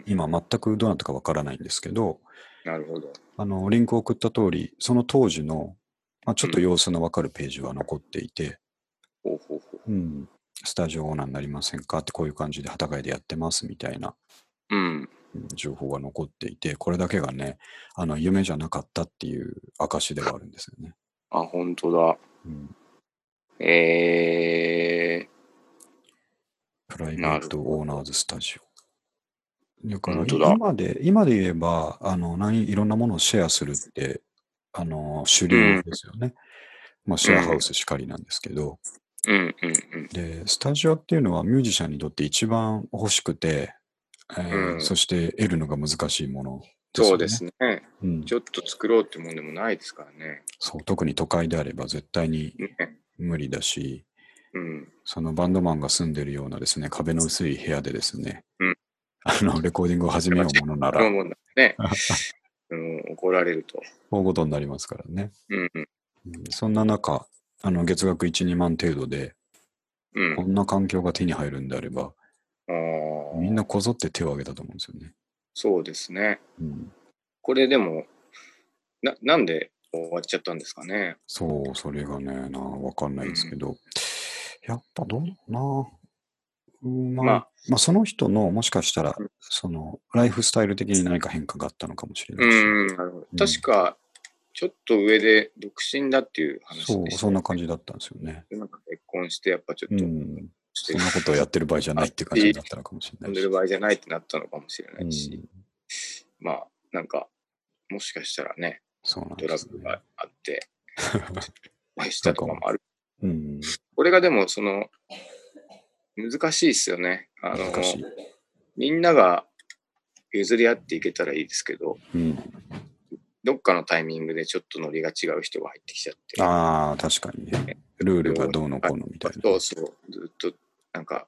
Speaker 1: 今全くどうなったかわからないんですけど、
Speaker 2: なるほど。
Speaker 1: あの、リンクを送った通り、その当時の、まあ、ちょっと
Speaker 2: うん。
Speaker 1: 様子のわかるページは残っていて、
Speaker 2: ほうほうほう。
Speaker 1: うん、スタジオオーナーになりませんかってこういう感じで旗替えでやってますみたいな、
Speaker 2: うん。
Speaker 1: うん、情報が残っていて、これだけがね、あの、夢じゃなかったっていう証ではあるんですよね。
Speaker 2: あ、本当だ。
Speaker 1: うん、
Speaker 2: ええ
Speaker 1: プライ
Speaker 2: ー、
Speaker 1: ベー
Speaker 2: なる
Speaker 1: トオーナー
Speaker 2: ほど。
Speaker 1: ズスタジオ。だからい
Speaker 2: 本当だ。
Speaker 1: 今で、今で言えば、あの、何、いろんなものをシェアするって、あの、主流
Speaker 2: うん。
Speaker 1: ですよね。まあ、シェアハウ
Speaker 2: うん。
Speaker 1: スしかりなんですけど、
Speaker 2: うん。うん。
Speaker 1: で、スタジオっていうのはミュージシャンにとって一番欲しくて、
Speaker 2: うん。
Speaker 1: えー
Speaker 2: うん。
Speaker 1: そして得るのが難しいものですよね。
Speaker 2: そうですね。
Speaker 1: うん。
Speaker 2: ちょっと作ろうってもんでもないですからね。
Speaker 1: そう、特に都会であれば絶対に
Speaker 2: ね。
Speaker 1: 無理だし、
Speaker 2: うん。
Speaker 1: そのバンドマンが住んでるようなですね、壁の薄い部屋でですね、
Speaker 2: うん。
Speaker 1: あの、レコーディングを始めようものなら、
Speaker 2: のもんだね。うん、怒られると。
Speaker 1: 大事になりますからね。
Speaker 2: うん。
Speaker 1: うん、そんな中、あの、月額いち、にまん程度で、
Speaker 2: うん。
Speaker 1: こんな環境が手に入るんであれば、
Speaker 2: あ
Speaker 1: みんな
Speaker 2: あ、
Speaker 1: こぞって手を挙げたと思うんですよね。
Speaker 2: そうですね。
Speaker 1: うん。
Speaker 2: これでも、な、なんで終わっちゃったんですかね。
Speaker 1: そう、それがね、な、わかんないですけ
Speaker 2: うん。
Speaker 1: ど、やっぱどうだろうな。うまい。
Speaker 2: まあ、
Speaker 1: まあ、その人の、もしかしたら、
Speaker 2: うん、
Speaker 1: その、ライフスタイル的に何か変化があったのかもしれ
Speaker 2: う
Speaker 1: ないし。
Speaker 2: ん、なるほど。
Speaker 1: うん。
Speaker 2: 確か、 ちょっと上で独身だっていう話
Speaker 1: そう、
Speaker 2: でした
Speaker 1: そんな感じだったんですよね。
Speaker 2: でなんか結婚して、やっぱちょっと、
Speaker 1: うん。
Speaker 2: して
Speaker 1: そんなことをやってる場合じゃないっていう感じになったのかもしれないし。
Speaker 2: 飛んでる場合じゃないってなったのかもしれな
Speaker 1: う
Speaker 2: いし、
Speaker 1: ん。
Speaker 2: まあ、なんか、もしかしたらね、
Speaker 1: そうなん
Speaker 2: ト
Speaker 1: ですね。
Speaker 2: ラブルがあって、お会いしたとかもある。
Speaker 1: うん。
Speaker 2: これがでも、その、難しいですよね。あの、
Speaker 1: 難しい。
Speaker 2: みんなが譲り合っていけたらいいですけど、
Speaker 1: うん。
Speaker 2: どっかのタイミングでちょっとノリが違う人が入ってきちゃって。
Speaker 1: ああ、確かにね。ルールがどうのこうのみたいな。
Speaker 2: そうそう。ずっと、なんか、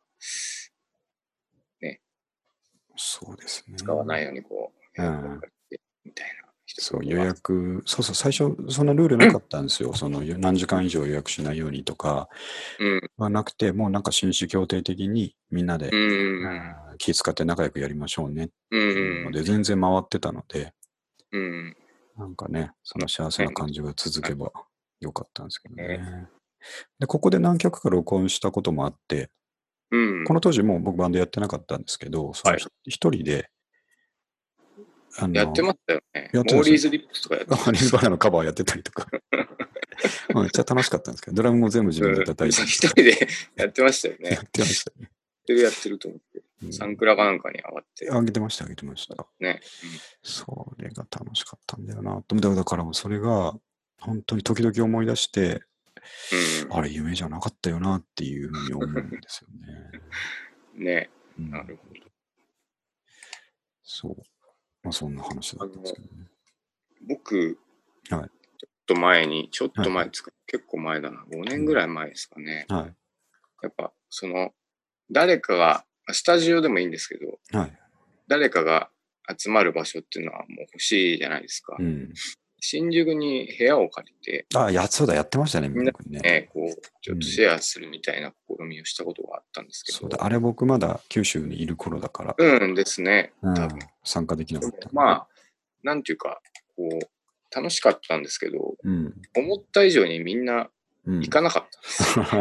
Speaker 2: ね。
Speaker 1: そうですね。
Speaker 2: 使わないようにこう、
Speaker 1: うん
Speaker 2: やってみたいな人
Speaker 1: そう、予約、そうそう、最初、そんなルールなかったんですよ。その何時間以上予約しないようにとか
Speaker 2: うん。
Speaker 1: はなくて、もうなんか紳士協定的にみんなで、
Speaker 2: うん。
Speaker 1: あー気遣って仲良くやりましょうねって
Speaker 2: う。
Speaker 1: いうので、全然回ってたので、
Speaker 2: うん。
Speaker 1: なんかね、その幸せな感じが続けばよかったんですけどね。
Speaker 2: ね
Speaker 1: で、ここで何曲か録音したこともあって、
Speaker 2: うん。
Speaker 1: この当時もう僕バンドやってなかったんですけど、その
Speaker 2: はい
Speaker 1: ひ一人で、あ
Speaker 2: やって
Speaker 1: の、
Speaker 2: ましたよね。
Speaker 1: やってたんですよ
Speaker 2: モーリーズ・リップスとかやって
Speaker 1: アニーズ・バナのカバーやってたりとか、めっちゃ楽しかったんですけど、ドラムも全部自分で叩いて、
Speaker 2: うん、一人でやってましたよね。
Speaker 1: やってましたね。
Speaker 2: やってるやってると思って。
Speaker 1: うん
Speaker 2: サンクラかなんかに上がって。
Speaker 1: あげてました、あげてました。
Speaker 2: ね。
Speaker 1: それが楽しかったんだよな。だだからもうそれが、本当に時々思い出して、
Speaker 2: うん。
Speaker 1: あれ、夢じゃなかったよなっていうふうに思うんですよね。
Speaker 2: ね。
Speaker 1: うん
Speaker 2: なるほど。
Speaker 1: そう。まあそんな話だったんですけどね。
Speaker 2: 僕、
Speaker 1: はい。
Speaker 2: ちょっと前に、ちょっと
Speaker 1: はい
Speaker 2: 前ですか、結構前だな。ごねんぐらい前ですかね。
Speaker 1: はい。
Speaker 2: やっぱ、その、誰かが、スタジオでもいいんですけど、
Speaker 1: はい。
Speaker 2: 誰かが集まる場所っていうのはもう欲しいじゃないですか。
Speaker 1: うん。
Speaker 2: 新宿に部屋を借りて、
Speaker 1: あ、や、そうだ、やってましたね、
Speaker 2: みんな
Speaker 1: 僕ね。
Speaker 2: ね、こう、ちょっとシェアするみたいな試みをしたことがあったんですけど。
Speaker 1: そうだ、あれ僕まだ九州にいる頃だから、
Speaker 2: うんですね、
Speaker 1: うん
Speaker 2: 多分。
Speaker 1: 参加できなかっ
Speaker 2: で
Speaker 1: た。
Speaker 2: もまあ、なんていうか、こう、楽しかったんですけど、
Speaker 1: うん。
Speaker 2: 思った以上にみんな
Speaker 1: うん
Speaker 2: 行かなかったんですよ。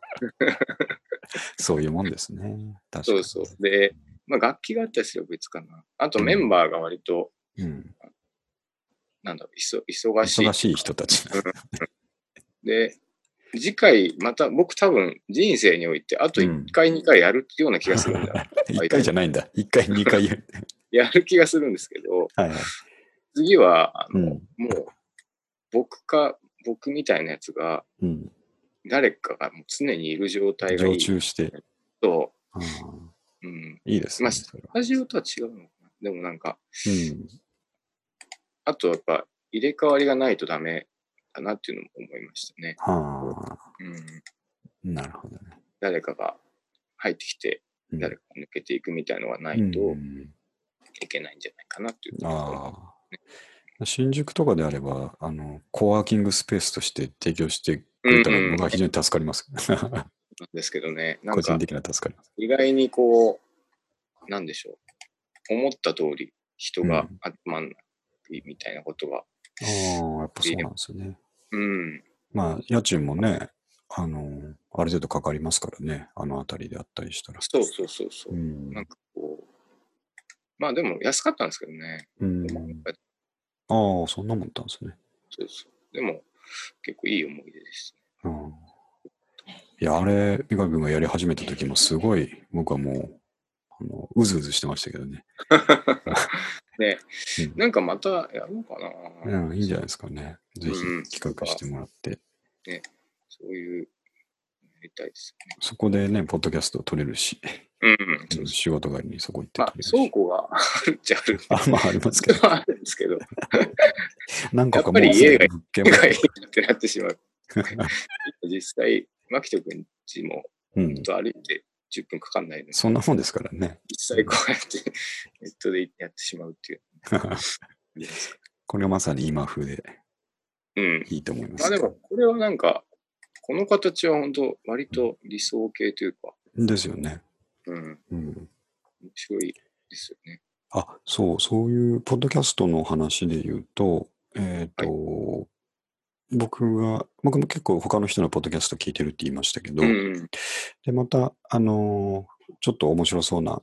Speaker 1: そういうもんですね。確かに。
Speaker 2: そうそう。で、まあ楽器があったりすれば別かな。あとメンバーが割と、
Speaker 1: うん。
Speaker 2: なんだろう、いそ忙しい。
Speaker 1: 忙しい人たち。
Speaker 2: で、次回、また僕多分人生においてあといっかい、にかいやるような気がするんだ。
Speaker 1: いっかいじゃないんだ。いっかい、にかいやる。
Speaker 2: やる気がするんですけど、
Speaker 1: はいはい。
Speaker 2: 次は、あの、
Speaker 1: うん
Speaker 2: もう、僕か、僕みたいなやつが、
Speaker 1: うん。
Speaker 2: 誰かがもう常にいる状態がいい
Speaker 1: 常駐して。
Speaker 2: と、
Speaker 1: あー
Speaker 2: うん。
Speaker 1: いいですね。
Speaker 2: まあ、ス
Speaker 1: それは
Speaker 2: タジオとは違うのかな。でもなんか、
Speaker 1: うん。
Speaker 2: あとやっぱ入れ替わりがないとダメだなっていうのも思いましたね。
Speaker 1: はあ。
Speaker 2: うん。
Speaker 1: なるほどね。
Speaker 2: 誰かが入ってきて、
Speaker 1: うん
Speaker 2: 誰かが抜けていくみたいのがないと
Speaker 1: うん
Speaker 2: いけないんじゃないかなっていう。
Speaker 1: ああ。新宿とかであれば、あの、コワーキングスペースとして提供してくれたら、
Speaker 2: うんうん
Speaker 1: 僕は非常に助かります。
Speaker 2: なんですけどね、なんか
Speaker 1: 個人的には助かります。
Speaker 2: 意外にこう、なんでしょう。思った通り人が集まんないみたいなことが。
Speaker 1: ああ、やっぱそうなんですよね。
Speaker 2: うん。
Speaker 1: まあ、家賃もね、あの、ある程度かかりますからね、あの辺りであったりしたら。
Speaker 2: そうそうそうそう。
Speaker 1: うん。
Speaker 2: なんかこう、まあでも安かったんですけどね。
Speaker 1: うん。ああ、そんなもんだったんですね。
Speaker 2: そうそう。でも、結構いい思い出でした。
Speaker 1: うん。いや、あれ、三上君がやり始めた時もすごい、僕はもう、あの、うずうずしてましたけどね。
Speaker 2: ね、
Speaker 1: うん、
Speaker 2: なんかまたやろうかな。
Speaker 1: うん、いいんじゃないですかね。ぜひ企画してもらって。
Speaker 2: うん、ね、そういう、やりたいですよね。
Speaker 1: そこでね、ポッドキャストを撮れるし、
Speaker 2: うん、そうそう
Speaker 1: 仕事帰りにそこ行って
Speaker 2: まあ、倉庫があるっちゃある。
Speaker 1: あ、まあ、ありますけど。
Speaker 2: あるんですけど。
Speaker 1: 何個か
Speaker 2: もう家が
Speaker 1: 物件も
Speaker 2: いいってなってしまう。実際、牧人君家も、うんと歩いてじゅっぷんかかんないので、
Speaker 1: そんなもんですからね。
Speaker 2: 実際こうやってネットでやってしまうっていう。
Speaker 1: これはまさに今風で
Speaker 2: うん
Speaker 1: いいと思います。
Speaker 2: まあでも、これはなんか、この形は本当割と理想系というか。
Speaker 1: ですよね。
Speaker 2: うん。
Speaker 1: うん。
Speaker 2: 面白いですよね。
Speaker 1: あ、そう、そういうポッドキャストの話で言うと、えっ、ー、と、はい、僕が、僕も結構他の人のポッドキャスト聞いてるって言いましたけど、
Speaker 2: うん、
Speaker 1: で、また、あのー、ちょっと面白そうな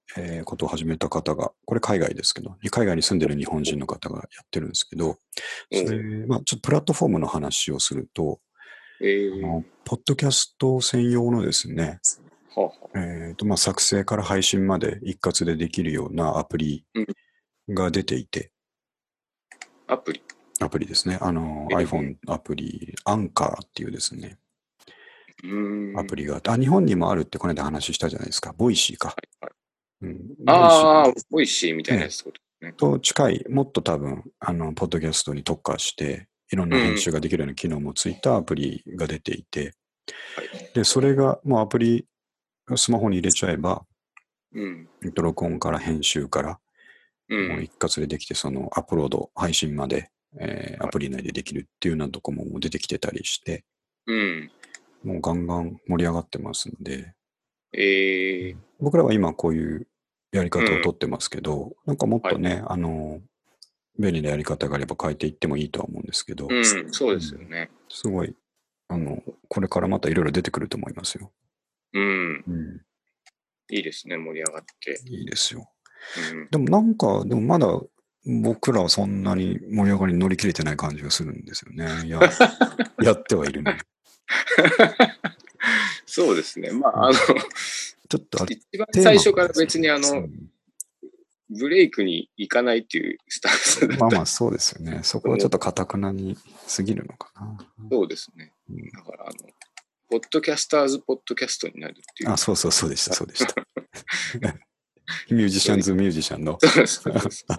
Speaker 1: えーことを始めた方が、これ海外ですけど、海外に住んでる日本人の方がやってるんですけど、それ、まあ、ちょっとプラットフォームの話をすると、
Speaker 2: えー、
Speaker 1: あのポッドキャスト専用のですね、
Speaker 2: はあ、
Speaker 1: えーとまあ、作成から配信まで一括でできるようなアプリが出ていて、
Speaker 2: アプリ
Speaker 1: アプリですね。あの、
Speaker 2: えー
Speaker 1: iPhone アプリ、アンカーっていうですね、
Speaker 2: うーん。
Speaker 1: アプリがあって、あ、日本にもあるってこの間話したじゃないですか。ボイシーか。
Speaker 2: はい、
Speaker 1: うん、ボイシ
Speaker 2: ああ、ボイシーみたいなや
Speaker 1: ー、
Speaker 2: つってことですね。
Speaker 1: と近い、もっと多分、あの、ポッドキャストに特化して、いろんな編
Speaker 2: うん。
Speaker 1: 集ができるような機能もついたアプリが出ていて、
Speaker 2: はい。
Speaker 1: で、それがもうアプリ、スマホに入れちゃえば、
Speaker 2: うん。
Speaker 1: えっと録音から編集から、もう
Speaker 2: うん。
Speaker 1: 一括でできて、そのアップロード、配信まで、えーア
Speaker 2: はい。
Speaker 1: プリ内でできるっていうようなとこももう出てきてたりして、
Speaker 2: うん。
Speaker 1: もうガンガン盛り上がってますんで、
Speaker 2: えー、
Speaker 1: 僕らは今こういうやり
Speaker 2: うん。
Speaker 1: 方をとってますけど、なんかもっ
Speaker 2: はい。
Speaker 1: とね、あの、便利なやり方があれば変えていってもいいとは思うんですけど、
Speaker 2: うん。そうですよ
Speaker 1: うん、
Speaker 2: ね。
Speaker 1: すごい、あの、これからまたいろいろ出てくると思いますよ。
Speaker 2: うん。
Speaker 1: うん、
Speaker 2: いいですね、盛り上がって。
Speaker 1: いいですよ。
Speaker 2: うん。
Speaker 1: でもなんか、でもまだ僕らはそんなに盛り上がりに乗り切れてない感じがするんですよね。いや、やってはいるのに。
Speaker 2: そうですね。まあ、あの、
Speaker 1: うん、ちょっとあれ、
Speaker 2: 一番
Speaker 1: テーマが、
Speaker 2: 最初から別にあの、
Speaker 1: うん、
Speaker 2: ブレイクに行かないっていうスタンスだった
Speaker 1: まあまあそうですよね。そこはちょ
Speaker 2: と思う。
Speaker 1: っと堅くなに過ぎるのかな。
Speaker 2: そうですね。
Speaker 1: うん、
Speaker 2: だから、あの、ポッドキャスターズポッドキャストになるっていう。
Speaker 1: あ、そうそうそうでした、そうでした。ミュージシ
Speaker 2: そういう、
Speaker 1: ャンズミュージシャンの。
Speaker 2: そうそうそうそう。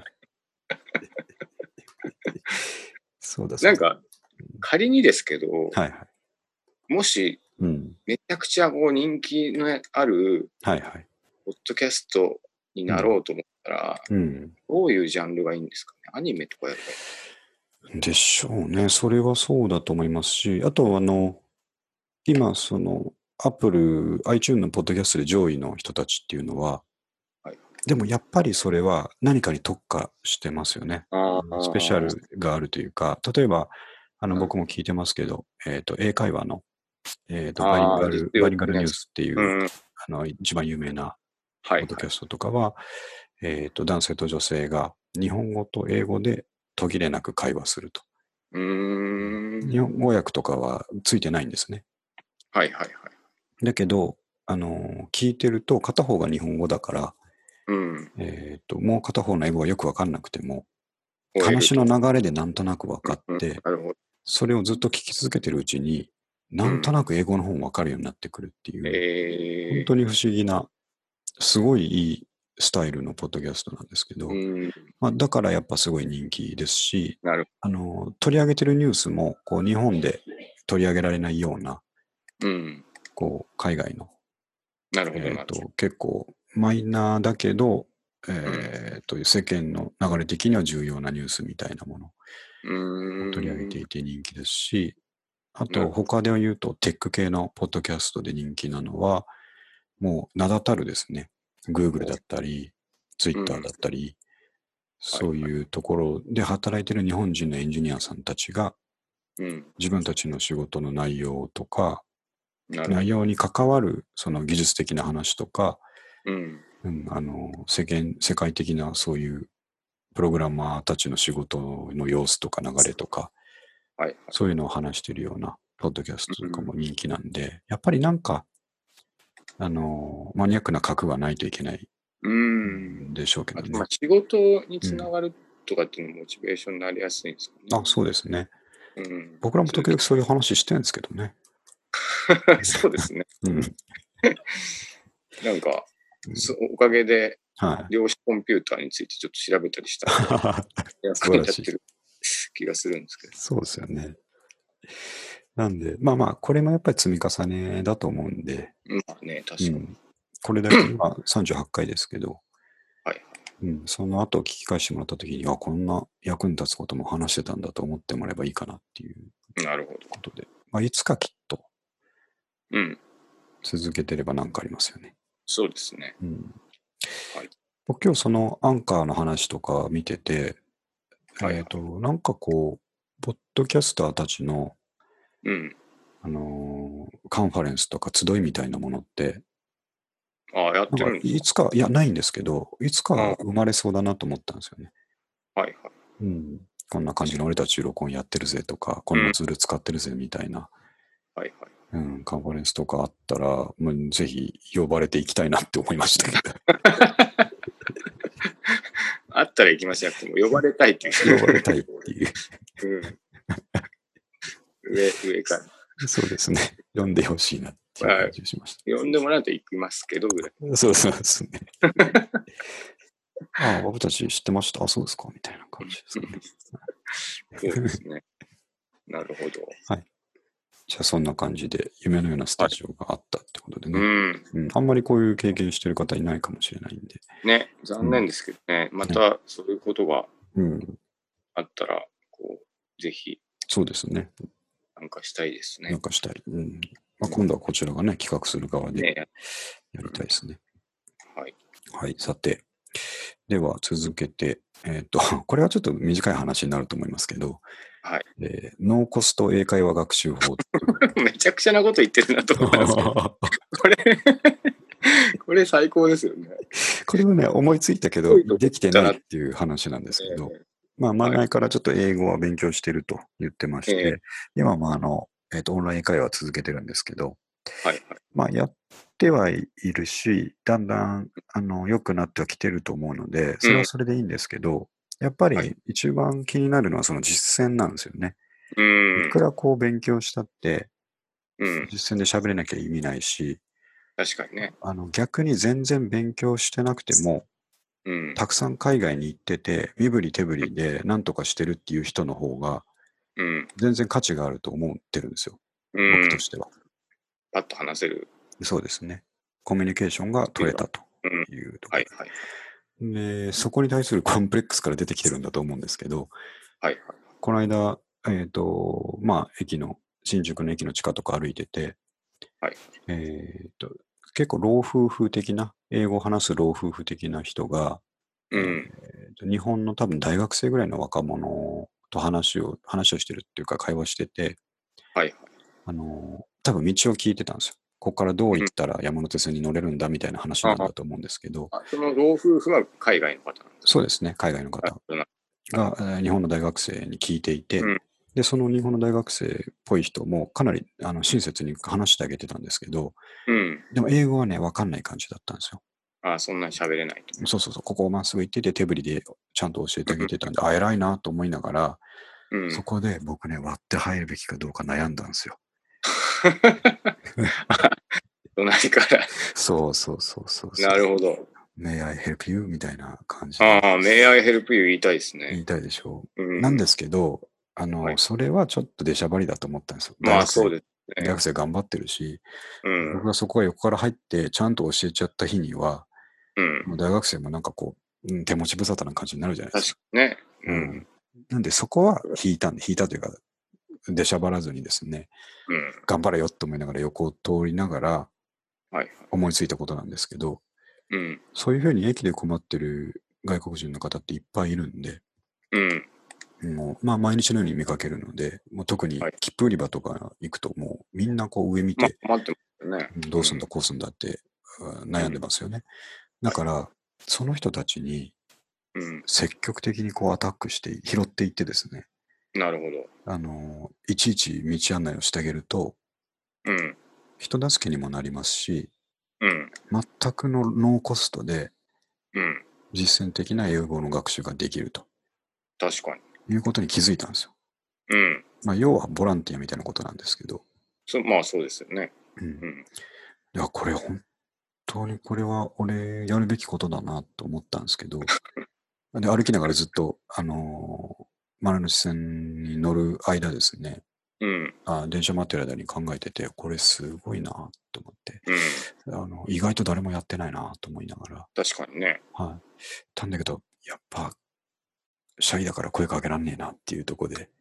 Speaker 1: そうだそうだ。
Speaker 2: なんか、仮にですけど、
Speaker 1: はいはい。
Speaker 2: もし、
Speaker 1: うん。
Speaker 2: めちゃくちゃこう人気のある
Speaker 1: はいはい。
Speaker 2: ポッドキャストになろうと思ったら、
Speaker 1: うん。
Speaker 2: どういうジャンルがいいんですかね。アニメとかやればいい。
Speaker 1: でしょうね。それはそうだと思いますし、あと、あの、今、その、アップル、iTunes のポッドキャストで上位の人たちっていうのは、
Speaker 2: はい。
Speaker 1: でもやっぱりそれは何かに特化してますよね。
Speaker 2: あ
Speaker 1: うん、スペシャ
Speaker 2: あ、
Speaker 1: ルがあるというか、例えば、あの、
Speaker 2: なる
Speaker 1: 僕も聞いてますけど、えっと、英会話の、えっと、バイリン
Speaker 2: ああ、実
Speaker 1: ガル、バイリンガル
Speaker 2: 用的なやつ。
Speaker 1: ニュースっていう、
Speaker 2: うん。
Speaker 1: あの、一番有名な
Speaker 2: はいはい。
Speaker 1: ポッドキャストとかは、えっと、男性と女性が日本語と英語で途切れなく会話すると。
Speaker 2: うーん。
Speaker 1: 日本語訳とかはついてないんですね。
Speaker 2: はいはいはい。
Speaker 1: だけど、あの、聞いてると片方が日本語だから、
Speaker 2: うん。
Speaker 1: えっと、もう片方の英語がよくわかんなくても、話の
Speaker 2: 終えると。
Speaker 1: 流れでなんとなく分かっ
Speaker 2: うん。
Speaker 1: て、
Speaker 2: なるほど。
Speaker 1: それをずっと聞き続けてるうちに、なんと
Speaker 2: うん。
Speaker 1: なく英語の方も分かるようになってくるっていう、本
Speaker 2: ええ
Speaker 1: 当に不思議な、すごいいいスタイルのポッドキャストなんですけ
Speaker 2: う
Speaker 1: ど、
Speaker 2: ん。
Speaker 1: まあ、だからやっぱすごい人気ですし、
Speaker 2: なる
Speaker 1: あの、取り上げてるニュースも、こう、日本で取り上げられないような、
Speaker 2: うん。
Speaker 1: こう、海外の、
Speaker 2: なるほどなる
Speaker 1: えっと、結構マイナーだけど、
Speaker 2: ほど。
Speaker 1: えっと、世間の流れ的には重要なニュースみたいなもの
Speaker 2: うん。
Speaker 1: を取り上げ
Speaker 2: うーん。
Speaker 1: ていて人気ですし、あと、
Speaker 2: なるほど。
Speaker 1: 他で言うと、テック系のポッドキャストで人気なのは、もう名だたるですね。Google だったり、
Speaker 2: う
Speaker 1: Twitter
Speaker 2: ん。
Speaker 1: だったり、
Speaker 2: はいはい。
Speaker 1: そういうところで働いている日本人のエンジニアさんたちが、
Speaker 2: うん。
Speaker 1: 自分たちの仕事の内容とか、
Speaker 2: なるほど。
Speaker 1: 内容に関わるその技術的な話とか、
Speaker 2: うん。
Speaker 1: うん、あの、世間、世界的なそういうプログラマーたちの仕事の様子とか流れとか、
Speaker 2: はいはい。
Speaker 1: そういうのを話しているようなポッドキャストとか
Speaker 2: うん。
Speaker 1: も人気なんで、やっぱりなんか、あの、マニアックな核がないといけない
Speaker 2: うん
Speaker 1: んでしょうけ
Speaker 2: あと、まあ、
Speaker 1: どね。
Speaker 2: 仕事に
Speaker 1: うん。
Speaker 2: つながるとかっていうのもモチベーションになりやすいんですか
Speaker 1: あ、
Speaker 2: ね。
Speaker 1: そうですね。
Speaker 2: うん。
Speaker 1: 僕らも
Speaker 2: そういう
Speaker 1: 時々そういう話してるんですけどね。
Speaker 2: そうですね。
Speaker 1: うん。
Speaker 2: なんか、
Speaker 1: うん、
Speaker 2: そおかげで、
Speaker 1: はい。
Speaker 2: 量子コンピューターについてちょっと調べたりしたんで、役
Speaker 1: 素晴らしい。
Speaker 2: に立ってる気がするんですけど。
Speaker 1: そうですよね。なんで、まあまあ、これもやっぱり積み重ねだと思うんで、
Speaker 2: まあね、確かに。
Speaker 1: うん。これだけ今さんじゅうはちかいですけど、
Speaker 2: はい
Speaker 1: うん、その後聞き返してもらったときに、あ、こんな役に立つことも話してたんだと思ってもらえばいいかなっていう
Speaker 2: はい。なるほど。
Speaker 1: ことで、まあ、いつかきっと
Speaker 2: うん。
Speaker 1: 続けてればなんかありますよね。
Speaker 2: そうですね。
Speaker 1: うん。
Speaker 2: はい。
Speaker 1: 僕今日そのアンカーの話とか見てて、
Speaker 2: はい、
Speaker 1: えっ、
Speaker 2: はい。
Speaker 1: と、なんかこう、ポッドキャスターたちの、
Speaker 2: うん。
Speaker 1: あのーカンファレンスとか集いみたいなものって、
Speaker 2: ああ、やって
Speaker 1: なんか
Speaker 2: るんですか。
Speaker 1: いつか、いや、ないんですけど、いつか
Speaker 2: あ
Speaker 1: 生まれそうだなと思ったんですよね。
Speaker 2: はいはい。
Speaker 1: うん。こんな感じの俺たち録音やってるぜとか、こんなツール使ってるぜみたいな、
Speaker 2: はいはい。
Speaker 1: うん、カンファレンスとかあったら、もうぜひ呼ばれていきたいなって思いましたけど。
Speaker 2: あったら行きましょうなくても、呼ばれたいっていう。
Speaker 1: 呼ばれたいっていう。
Speaker 2: うん、上、上から。
Speaker 1: そうですね。呼んでほしいなっていう感じがしまし
Speaker 2: 呼んでもらうと行きますけど、ぐらい。
Speaker 1: た。そうそうですね。ああ、僕たち知ってました。あ、そうですかみたいな感じですかね。
Speaker 2: そうですね。なるほど。
Speaker 1: はい。じゃあそんな感じで夢のようなスタジオがあったってことでね、
Speaker 2: うん。
Speaker 1: うん。あんまりこういう経験してる方いないかもしれないんで。
Speaker 2: ね、残念ですけどね。またそういうことがあったら、こう、ぜひ
Speaker 1: そうですね。
Speaker 2: 参加したいですね。
Speaker 1: なんかしたい。うんまあ、今度はこちらがね、企画する側で
Speaker 2: ね、
Speaker 1: やりたいですね。
Speaker 2: はい。
Speaker 1: はい、さて。では続けて、えっと、これはちょっと短い話になると思いますけど、
Speaker 2: はい。
Speaker 1: えーノーコスト英会話学習法。
Speaker 2: めちゃくちゃなこと言ってるなと思ったんですけど、これ、これ最高ですよね。
Speaker 1: これはね、思いついたけど、できてないっていう話なんですけど、
Speaker 2: えー
Speaker 1: まあ、前
Speaker 2: はい
Speaker 1: 々からちょっと英語は勉強してると言ってまし
Speaker 2: えー
Speaker 1: て、今もあの、えっと、オンライン英会話は続けてるんですけど、
Speaker 2: はいはい。
Speaker 1: まあ、やってはいるし、だんだん、あの、良くなってはきてると思うので、それはそれでいいんですけど、やっぱ
Speaker 2: はい
Speaker 1: り一番気になるのはその実践なんですよね。
Speaker 2: う
Speaker 1: い
Speaker 2: ん。
Speaker 1: くらこう勉強したって、
Speaker 2: うん。
Speaker 1: 実践で喋れなきゃ意味ないし、
Speaker 2: 確かにね。
Speaker 1: あの、逆に全然勉強してなくても、
Speaker 2: うん。
Speaker 1: たくさん海外に行ってて、身振り手振りで何とかしてるっていう人の方が、
Speaker 2: うん。
Speaker 1: 全然価値があると思ってるんですよ。
Speaker 2: うん。
Speaker 1: 僕としては。
Speaker 2: パッと話せる。
Speaker 1: そうですね。コミュニケーションが取れたと
Speaker 2: うん。
Speaker 1: いうところ。
Speaker 2: はいはい。
Speaker 1: で、そこに対するコンプレックスから出てきてるんだと思うんですけど、
Speaker 2: はいはい。
Speaker 1: この間、えっ、と、まあ、駅の、新宿の駅の地下とか歩いてて、
Speaker 2: はい。
Speaker 1: えっ、と、結構老夫婦的な、英語を話す老夫婦的な人が、
Speaker 2: うん。
Speaker 1: えーと日本の多分大学生ぐらいの若者と話を、話をしてるっていうか会話してて、
Speaker 2: はいはい。
Speaker 1: あの、多分道を聞いてたんですよ。ここからどう行ったら山手線に乗れるんだみたいな話なん
Speaker 2: あ
Speaker 1: だと思うんですけど、
Speaker 2: あ、その老夫婦は海外の方なんですか。
Speaker 1: そうですね、海外の方
Speaker 2: あな
Speaker 1: が、えー日本の大学生に聞いていて、
Speaker 2: うん。
Speaker 1: で、その日本の大学生っぽい人もかなりあの親切に話してあげてたんですけど、
Speaker 2: うん。
Speaker 1: でも英語はね、わかんない感じだったんですよ。
Speaker 2: ああ、そんなに喋れないと。
Speaker 1: そうそうそう、ここをまっすぐ行ってて手振りでちゃんと教えてあげてたんで、あ、偉いなと思いながら、
Speaker 2: うん。
Speaker 1: そこで僕ね、割って入るべきかどうか悩んだんですよ。
Speaker 2: 隣から
Speaker 1: そうそうそうそうそう。
Speaker 2: なるほど。
Speaker 1: May I help you? みたいな感じで
Speaker 2: ああ、May I help you 言いたいですね。
Speaker 1: 言いたいでしょ
Speaker 2: う
Speaker 1: う。なんで
Speaker 2: ん。
Speaker 1: すけど、あの、
Speaker 2: はい。
Speaker 1: それはちょっと出しゃばりだと思ったんですよ。大学生、
Speaker 2: まあそうです
Speaker 1: 大
Speaker 2: ね。
Speaker 1: 学生頑張ってるし、
Speaker 2: うん。
Speaker 1: 僕がそこが横から入ってちゃんと教えちゃった日には、
Speaker 2: うん。
Speaker 1: もう大学生もなんかこう、うん手持ち無沙汰な感じになるじゃないですか。
Speaker 2: 確かにね。う
Speaker 1: うん
Speaker 2: ん。
Speaker 1: なんでそこは引いたんで、引いたというか、出しゃばらずにですね、
Speaker 2: うん。
Speaker 1: 頑張れよって思いながら横を通りながら
Speaker 2: はい。
Speaker 1: 思いついたことなんですけど、
Speaker 2: うん。
Speaker 1: そういうふうに駅で困ってる外国人の方っていっぱいいるんで、
Speaker 2: うん。
Speaker 1: もう、まあ毎日のように見かけるので、もう特に
Speaker 2: はい。
Speaker 1: 切符売り場とか行くともうみんなこう上見
Speaker 2: まあ、
Speaker 1: て、
Speaker 2: 待ってますよね。
Speaker 1: うんどうすんだこうすんだってうん悩んでますよね。だ
Speaker 2: はい。
Speaker 1: から、その人たちに
Speaker 2: うん。
Speaker 1: 積極的にこうアタックして拾っていってですね、
Speaker 2: なるほど。
Speaker 1: あの、いちいち道案内をしてあげると、
Speaker 2: うん。
Speaker 1: 人助けにもなりますし、
Speaker 2: うん。
Speaker 1: 全くのノーコストで
Speaker 2: うん。
Speaker 1: 実践的な英語の学習ができると
Speaker 2: 確かに。
Speaker 1: いうことに気づいたんですよ。
Speaker 2: うん。
Speaker 1: まあ、要はボランティアみたいなことなんですけど、
Speaker 2: そまあそうですよね。
Speaker 1: うん。
Speaker 2: うん。
Speaker 1: いや、これ本当にこれは俺やるべきことだなと思ったんですけど、で、歩きながらずっと、あのー丸の内線に乗る間ですね、
Speaker 2: うん。
Speaker 1: あ電車待ってる間に考えてて、これすごいなと思って、
Speaker 2: うん。
Speaker 1: あの、意外と誰もやってないなと思いながら、
Speaker 2: 確かにね。
Speaker 1: はい。たんだけど、やっぱ、シャイだから声かけらんねえなっていうところで、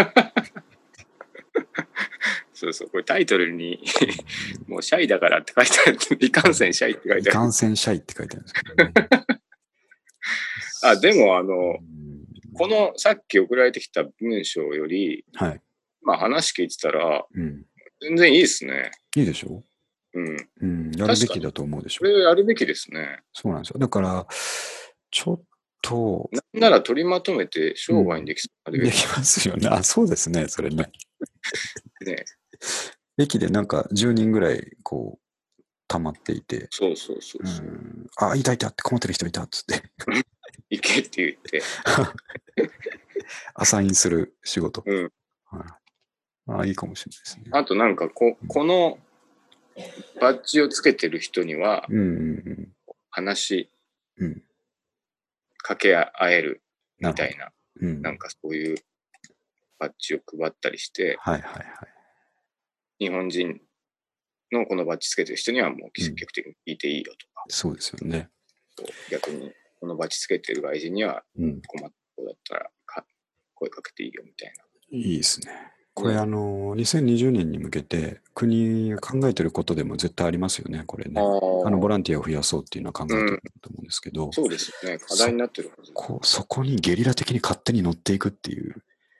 Speaker 2: そうそう。これタイトルにもうシャイだからって書いてある。いかんせんシャイって書い
Speaker 1: い
Speaker 2: てある。
Speaker 1: かんせんシャイって書いてあるんですけどね。
Speaker 2: あ、でもあの、
Speaker 1: うん
Speaker 2: このさっき送られてきた文章より、
Speaker 1: はい。
Speaker 2: まあ話聞いてたら、
Speaker 1: うん。
Speaker 2: 全然いいですね。
Speaker 1: いいでしょ
Speaker 2: うん。
Speaker 1: うん、やるべきだと思うでしょ。
Speaker 2: それをやるべきですね。
Speaker 1: そうなんですよ。だから、ちょっと。
Speaker 2: なんなら取りまとめて商売にできそうなレベル、
Speaker 1: できますよね。あ、そうですね、それね。
Speaker 2: ね。
Speaker 1: 駅でなんかじゅうにんぐらい、こう、溜まっていて。
Speaker 2: そうそうそうそう。
Speaker 1: ん、あ、いたいたって困ってる人いたっつって。
Speaker 2: 行けって言って。
Speaker 1: アサインする仕事。
Speaker 2: うん。
Speaker 1: ああ、いいかもしれないですね。
Speaker 2: あとなんかこ、このバッジをつけてる人には、
Speaker 1: うんうんうん、
Speaker 2: 話、
Speaker 1: うん、
Speaker 2: 掛け合えるみたいな、
Speaker 1: うん、
Speaker 2: なんかそういうバッジを配ったりして、
Speaker 1: はいはいはい。
Speaker 2: 日本人のこのバッジつけてる人にはもう積極的に聞いていいよとか、
Speaker 1: うん、そうですよね。
Speaker 2: 逆にこのバッジつけてる外人には困ったことだったらか声かけていいよみたいな。
Speaker 1: いいですね。これ、うん、あの、にせんにじゅうねんに向けて国が考えてることでも絶対ありますよね、これね。あの、ボランティアを増やそうっていうのは考えてると思うんですけど。
Speaker 2: うん、そうですね。課題になってるはず。
Speaker 1: そこ、そこにゲリラ的に勝手に乗っていくっていう。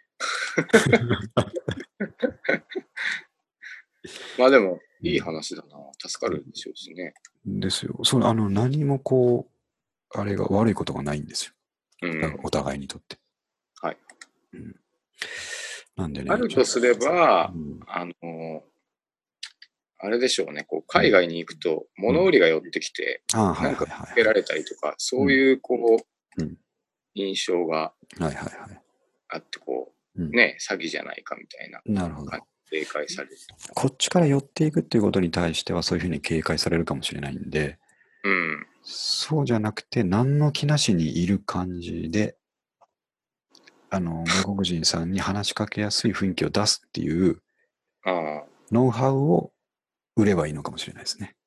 Speaker 2: まあでも、いい話だな。助かるでしょうしね。
Speaker 1: ですよ。その、あの、何もこう、あれが悪いことがないんですよ。うん、お互いにとって。
Speaker 2: はい。
Speaker 1: うん、なんでね。
Speaker 2: あるとすれば、うん、あの、あれでしょうね。こう海外に行くと、物売りが寄ってきて、なんかつけられたりとか、そういう、こう、うん、印象があって、こう、ね、詐欺じゃないかみたいな。
Speaker 1: なるほど。
Speaker 2: 警戒される。
Speaker 1: こっちから寄っていくっていうことに対してはそういうふうに警戒されるかもしれないんで、
Speaker 2: うん、
Speaker 1: そうじゃなくて何の気なしにいる感じで、あの外国人さんに話しかけやすい雰囲気を出すっていうノウハウを売ればいいのかもしれないですね。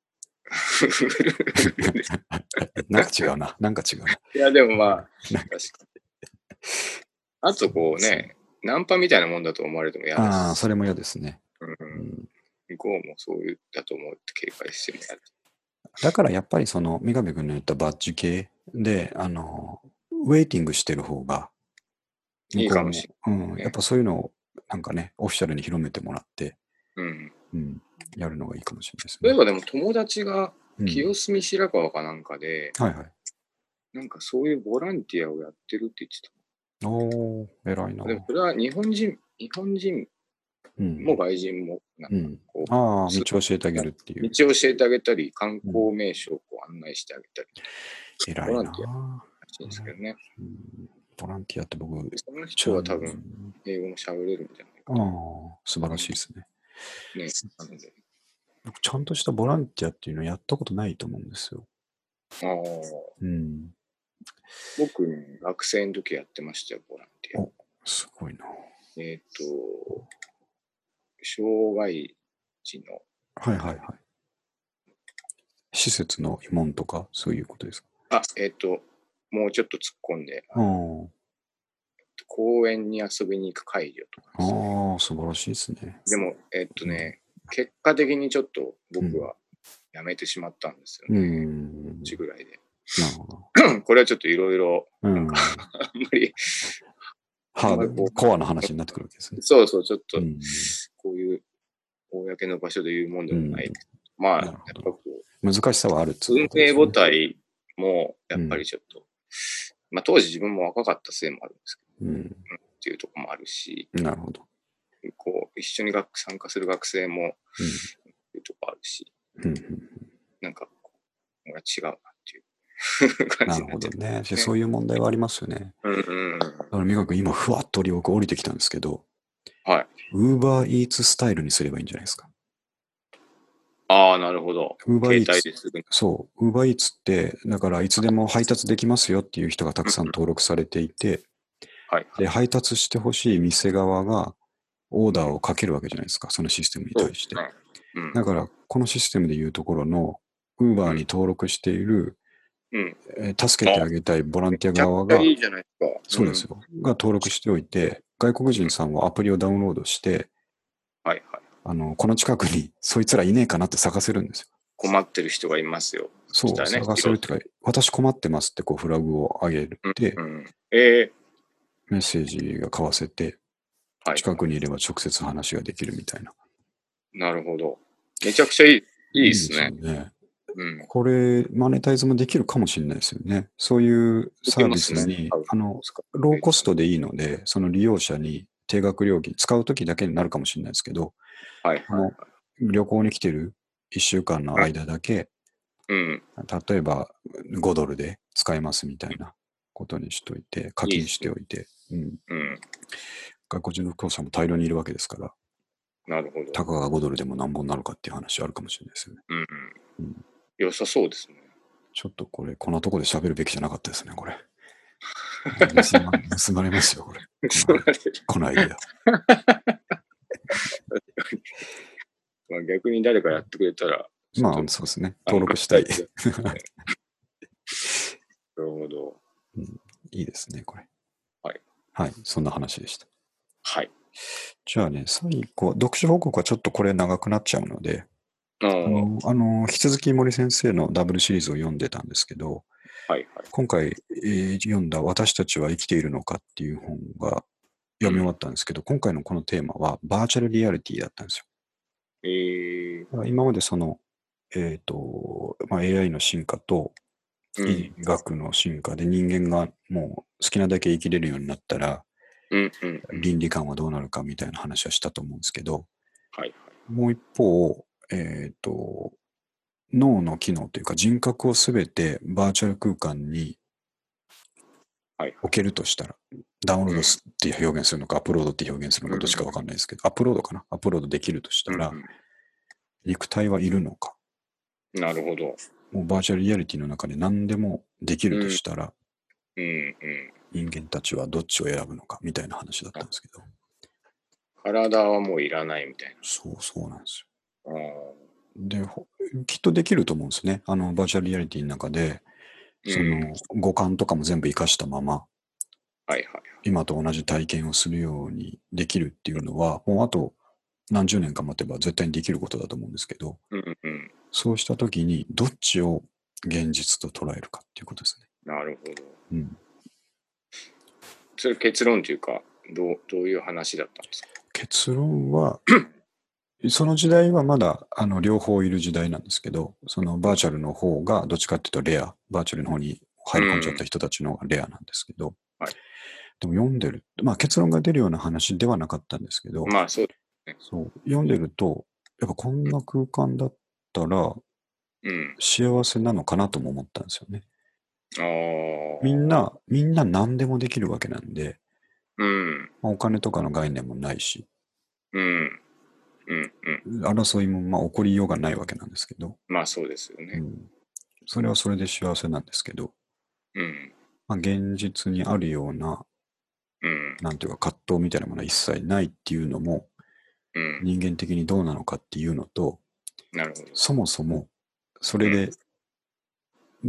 Speaker 1: なんか違うな、なんか違うな。
Speaker 2: いやでもまあ確かに。あとこうね、ナンパみたいなもんだと思われても嫌です。
Speaker 1: ああ、それも嫌ですね。
Speaker 2: うん、向こうもそういうだと思って警戒しても嫌です。
Speaker 1: だからやっぱりその三上君の言ったバッジ系で、あの、ウェイティングしてる方が、
Speaker 2: いいかもしれない、ね。
Speaker 1: うん、やっぱそういうのをなんかね、オフィシャルに広めてもらって、
Speaker 2: うん
Speaker 1: うん、やるのがいいかもしれないです
Speaker 2: ね。例えばでも友達が清澄白河かなんかで、
Speaker 1: うん、はいはい。
Speaker 2: なんかそういうボランティアをやってるって言ってた。
Speaker 1: おー、偉いな。
Speaker 2: でもそれは日本人、日本人も外人もなんかこう、
Speaker 1: うん、ああ、道を教えてあげるっていう。
Speaker 2: 道を教えてあげたり、観光名所をこう案内してあげたり。
Speaker 1: 偉いな。
Speaker 2: ボランティアらしいんですけどね。
Speaker 1: うん、ボランティアって僕、
Speaker 2: その人は多分、英語も喋れるんじゃないか
Speaker 1: な。ああ、素晴らしいですね。
Speaker 2: ね、なので。
Speaker 1: 僕、ちゃんとしたボランティアっていうのをやったことないと思うんですよ。
Speaker 2: ああ。
Speaker 1: うん。
Speaker 2: 僕、学生の時やってましたよ、ボランティア。
Speaker 1: お、すごいな。
Speaker 2: えっと、障害児の。
Speaker 1: はいはいはい。施設の慰問とか、そういうことですか？
Speaker 2: あ、えっと、もうちょっと突っ込んで、あの公園に遊びに行く会場とか
Speaker 1: ですね。ああ、素晴らしいですね。
Speaker 2: でも、えっとね、うん、結果的にちょっと僕はやめてしまったんですよね。うん。うちぐらいで。
Speaker 1: なるほど。
Speaker 2: これはちょっといろいろ、なんか、あんまり、
Speaker 1: ハード、コアな話になってくるわけですね。
Speaker 2: そうそう、ちょっと、こういう公の場所で言うもんでもない。うん、まあ、やっぱこう、
Speaker 1: 難しさはあるっつ
Speaker 2: うことですね。運営母体も、やっぱりちょっと、うん、まあ当時自分も若かったせいもあるんですけど、うん、っていうところもあるし、
Speaker 1: なるほど。
Speaker 2: こう、一緒に学参加する学生も、うん、いうとこあるし、うん、なんか、俺は違うなっていう感じになってる。
Speaker 1: なるほどね。そういう問題はありますよね。
Speaker 2: うんうん。だ
Speaker 1: から、みかく今、ふわっと僕降りてきたんですけど、
Speaker 2: はい。
Speaker 1: ウーバーイーツスタイルにすればいいんじゃないですか。
Speaker 2: ああ、なるほど。
Speaker 1: ウーバーイーツ。そう。ウーバーイーツって、だからいつでも配達できますよっていう人がたくさん登録されていて、
Speaker 2: はい、
Speaker 1: で、配達してほしい店側がオーダーをかけるわけじゃないですか、そのシステムに対して。うん、だから、このシステムでいうところの、ウーバーに登録している、うんえー、助けてあげたいボランティア側が、
Speaker 2: いいじゃないですか。うん、
Speaker 1: そうですよ。が登録しておいて、外国人さんはアプリをダウンロードして、
Speaker 2: はいはい。
Speaker 1: あの、この近くにそいつらいねえかなって探せるんですよ。
Speaker 2: 困ってる人がいますよ。
Speaker 1: そう、ね、探せるっていうか、私困ってますってこうフラグを上げるって、
Speaker 2: うんうんえー、
Speaker 1: メッセージが交わせて、近くにいれば直接話ができるみたいな。
Speaker 2: なるほど。めちゃくちゃいい。 いいですね。
Speaker 1: いいですよね。
Speaker 2: うん、
Speaker 1: これ、マネタイズもできるかもしれないですよね。そういうサービスに、
Speaker 2: ね、
Speaker 1: あの、ローコストでいいので、その利用者に定額料金、使うときだけになるかもしれないですけど、
Speaker 2: はいはい、
Speaker 1: この旅行に来てるいっしゅうかんの間だけ、
Speaker 2: うん、
Speaker 1: 例えばごドルで使えますみたいなことにしといて、課金しておいて、いいうんうん、外国人旅行者も大量にいるわけですから、
Speaker 2: なるほど。
Speaker 1: たかがごドルでも何本なるかっていう話あるかもしれないですよね。
Speaker 2: うん、
Speaker 1: うん、
Speaker 2: 良さそうですね。
Speaker 1: ちょっとこれ、こんなとこで喋るべきじゃなかったですね、これ。盗ま盗まれますよ、これ。
Speaker 2: 盗まれる。
Speaker 1: このアイディア。
Speaker 2: まあ逆に誰かやってくれたら、
Speaker 1: まあ、そうですね。登録したい。
Speaker 2: なるほど、
Speaker 1: うん。いいですね、これ。
Speaker 2: はい。
Speaker 1: はい、そんな話でした。
Speaker 2: はい。
Speaker 1: じゃあね、最後、読書報告はちょっとこれ長くなっちゃうので、
Speaker 2: あ
Speaker 1: あの、あの引き続き森先生のダブルシリーズを読んでたんですけど、
Speaker 2: はいはい、
Speaker 1: 今回、えー、読んだ私たちは生きているのかっていう本が読み終わったんですけど、うん、今回のこのテーマはバーチャルリアリティだったんですよ。
Speaker 2: えー、
Speaker 1: 今までその、えっ、ー、と、まあ、エーアイ の進化と医学の進化で人間がもう好きなだけ生きれるようになったら、
Speaker 2: うんうんうん、
Speaker 1: 倫理観はどうなるかみたいな話はしたと思うんですけど、
Speaker 2: はいはい、
Speaker 1: もう一方、えっ、ー、と、脳の機能というか人格をすべてバーチャル空間に置けるとしたら、ダウンロードっていう表現するのか、アップロードっていう表現するのか、どっちかわかんないですけど、アップロードかな、アップロードできるとしたら、肉体はいるのか。
Speaker 2: なるほど。
Speaker 1: もうバーチャルリアリティの中で何でもできるとしたら、
Speaker 2: うんうん、
Speaker 1: 人間たちはどっちを選ぶのかみたいな話だったんですけど。
Speaker 2: 体はもういらないみたいな。
Speaker 1: そうそうなんです
Speaker 2: よ。
Speaker 1: で、きっとできると思うんですね。あの、バーチャルリアリティの中で、その、五感とかも全部活かしたまま、
Speaker 2: はいはい、
Speaker 1: 今と同じ体験をするようにできるっていうのは、もうあと何十年か待てば絶対にできることだと思うんですけど、
Speaker 2: うんうん、
Speaker 1: そうしたときにどっちを現実と捉えるかっていうことですね。
Speaker 2: なるほど。
Speaker 1: うん。
Speaker 2: それ結論というか、どう、どういう話だったんですか？
Speaker 1: 結論は、その時代はまだあの両方いる時代なんですけど、そのバーチャルの方がどっちかっていうとレア、バーチャルの方に入り込んじゃった人たちの方がレアなんですけど、
Speaker 2: はい、
Speaker 1: でも読んでる、まあ結論が出るような話ではなかったんですけど、
Speaker 2: まあそうですね。
Speaker 1: そう、読んでると、やっぱこんな空間だったら幸せなのかなとも思ったんですよね。
Speaker 2: うん、
Speaker 1: みんな、みんな何でもできるわけなんで、
Speaker 2: うん、
Speaker 1: まあ、お金とかの概念もないし、
Speaker 2: うん、うん、うん。
Speaker 1: 争いもまあ起こりようがないわけなんですけど、
Speaker 2: まあそうですよね。
Speaker 1: うん、それはそれで幸せなんですけど、
Speaker 2: うん、
Speaker 1: まあ、現実にあるような、
Speaker 2: うん、
Speaker 1: なんていうか葛藤みたいなものは一切ないっていうのも、
Speaker 2: うん、
Speaker 1: 人間的にどうなのかっていうのと、
Speaker 2: なるほど。
Speaker 1: そもそもそれで、うん、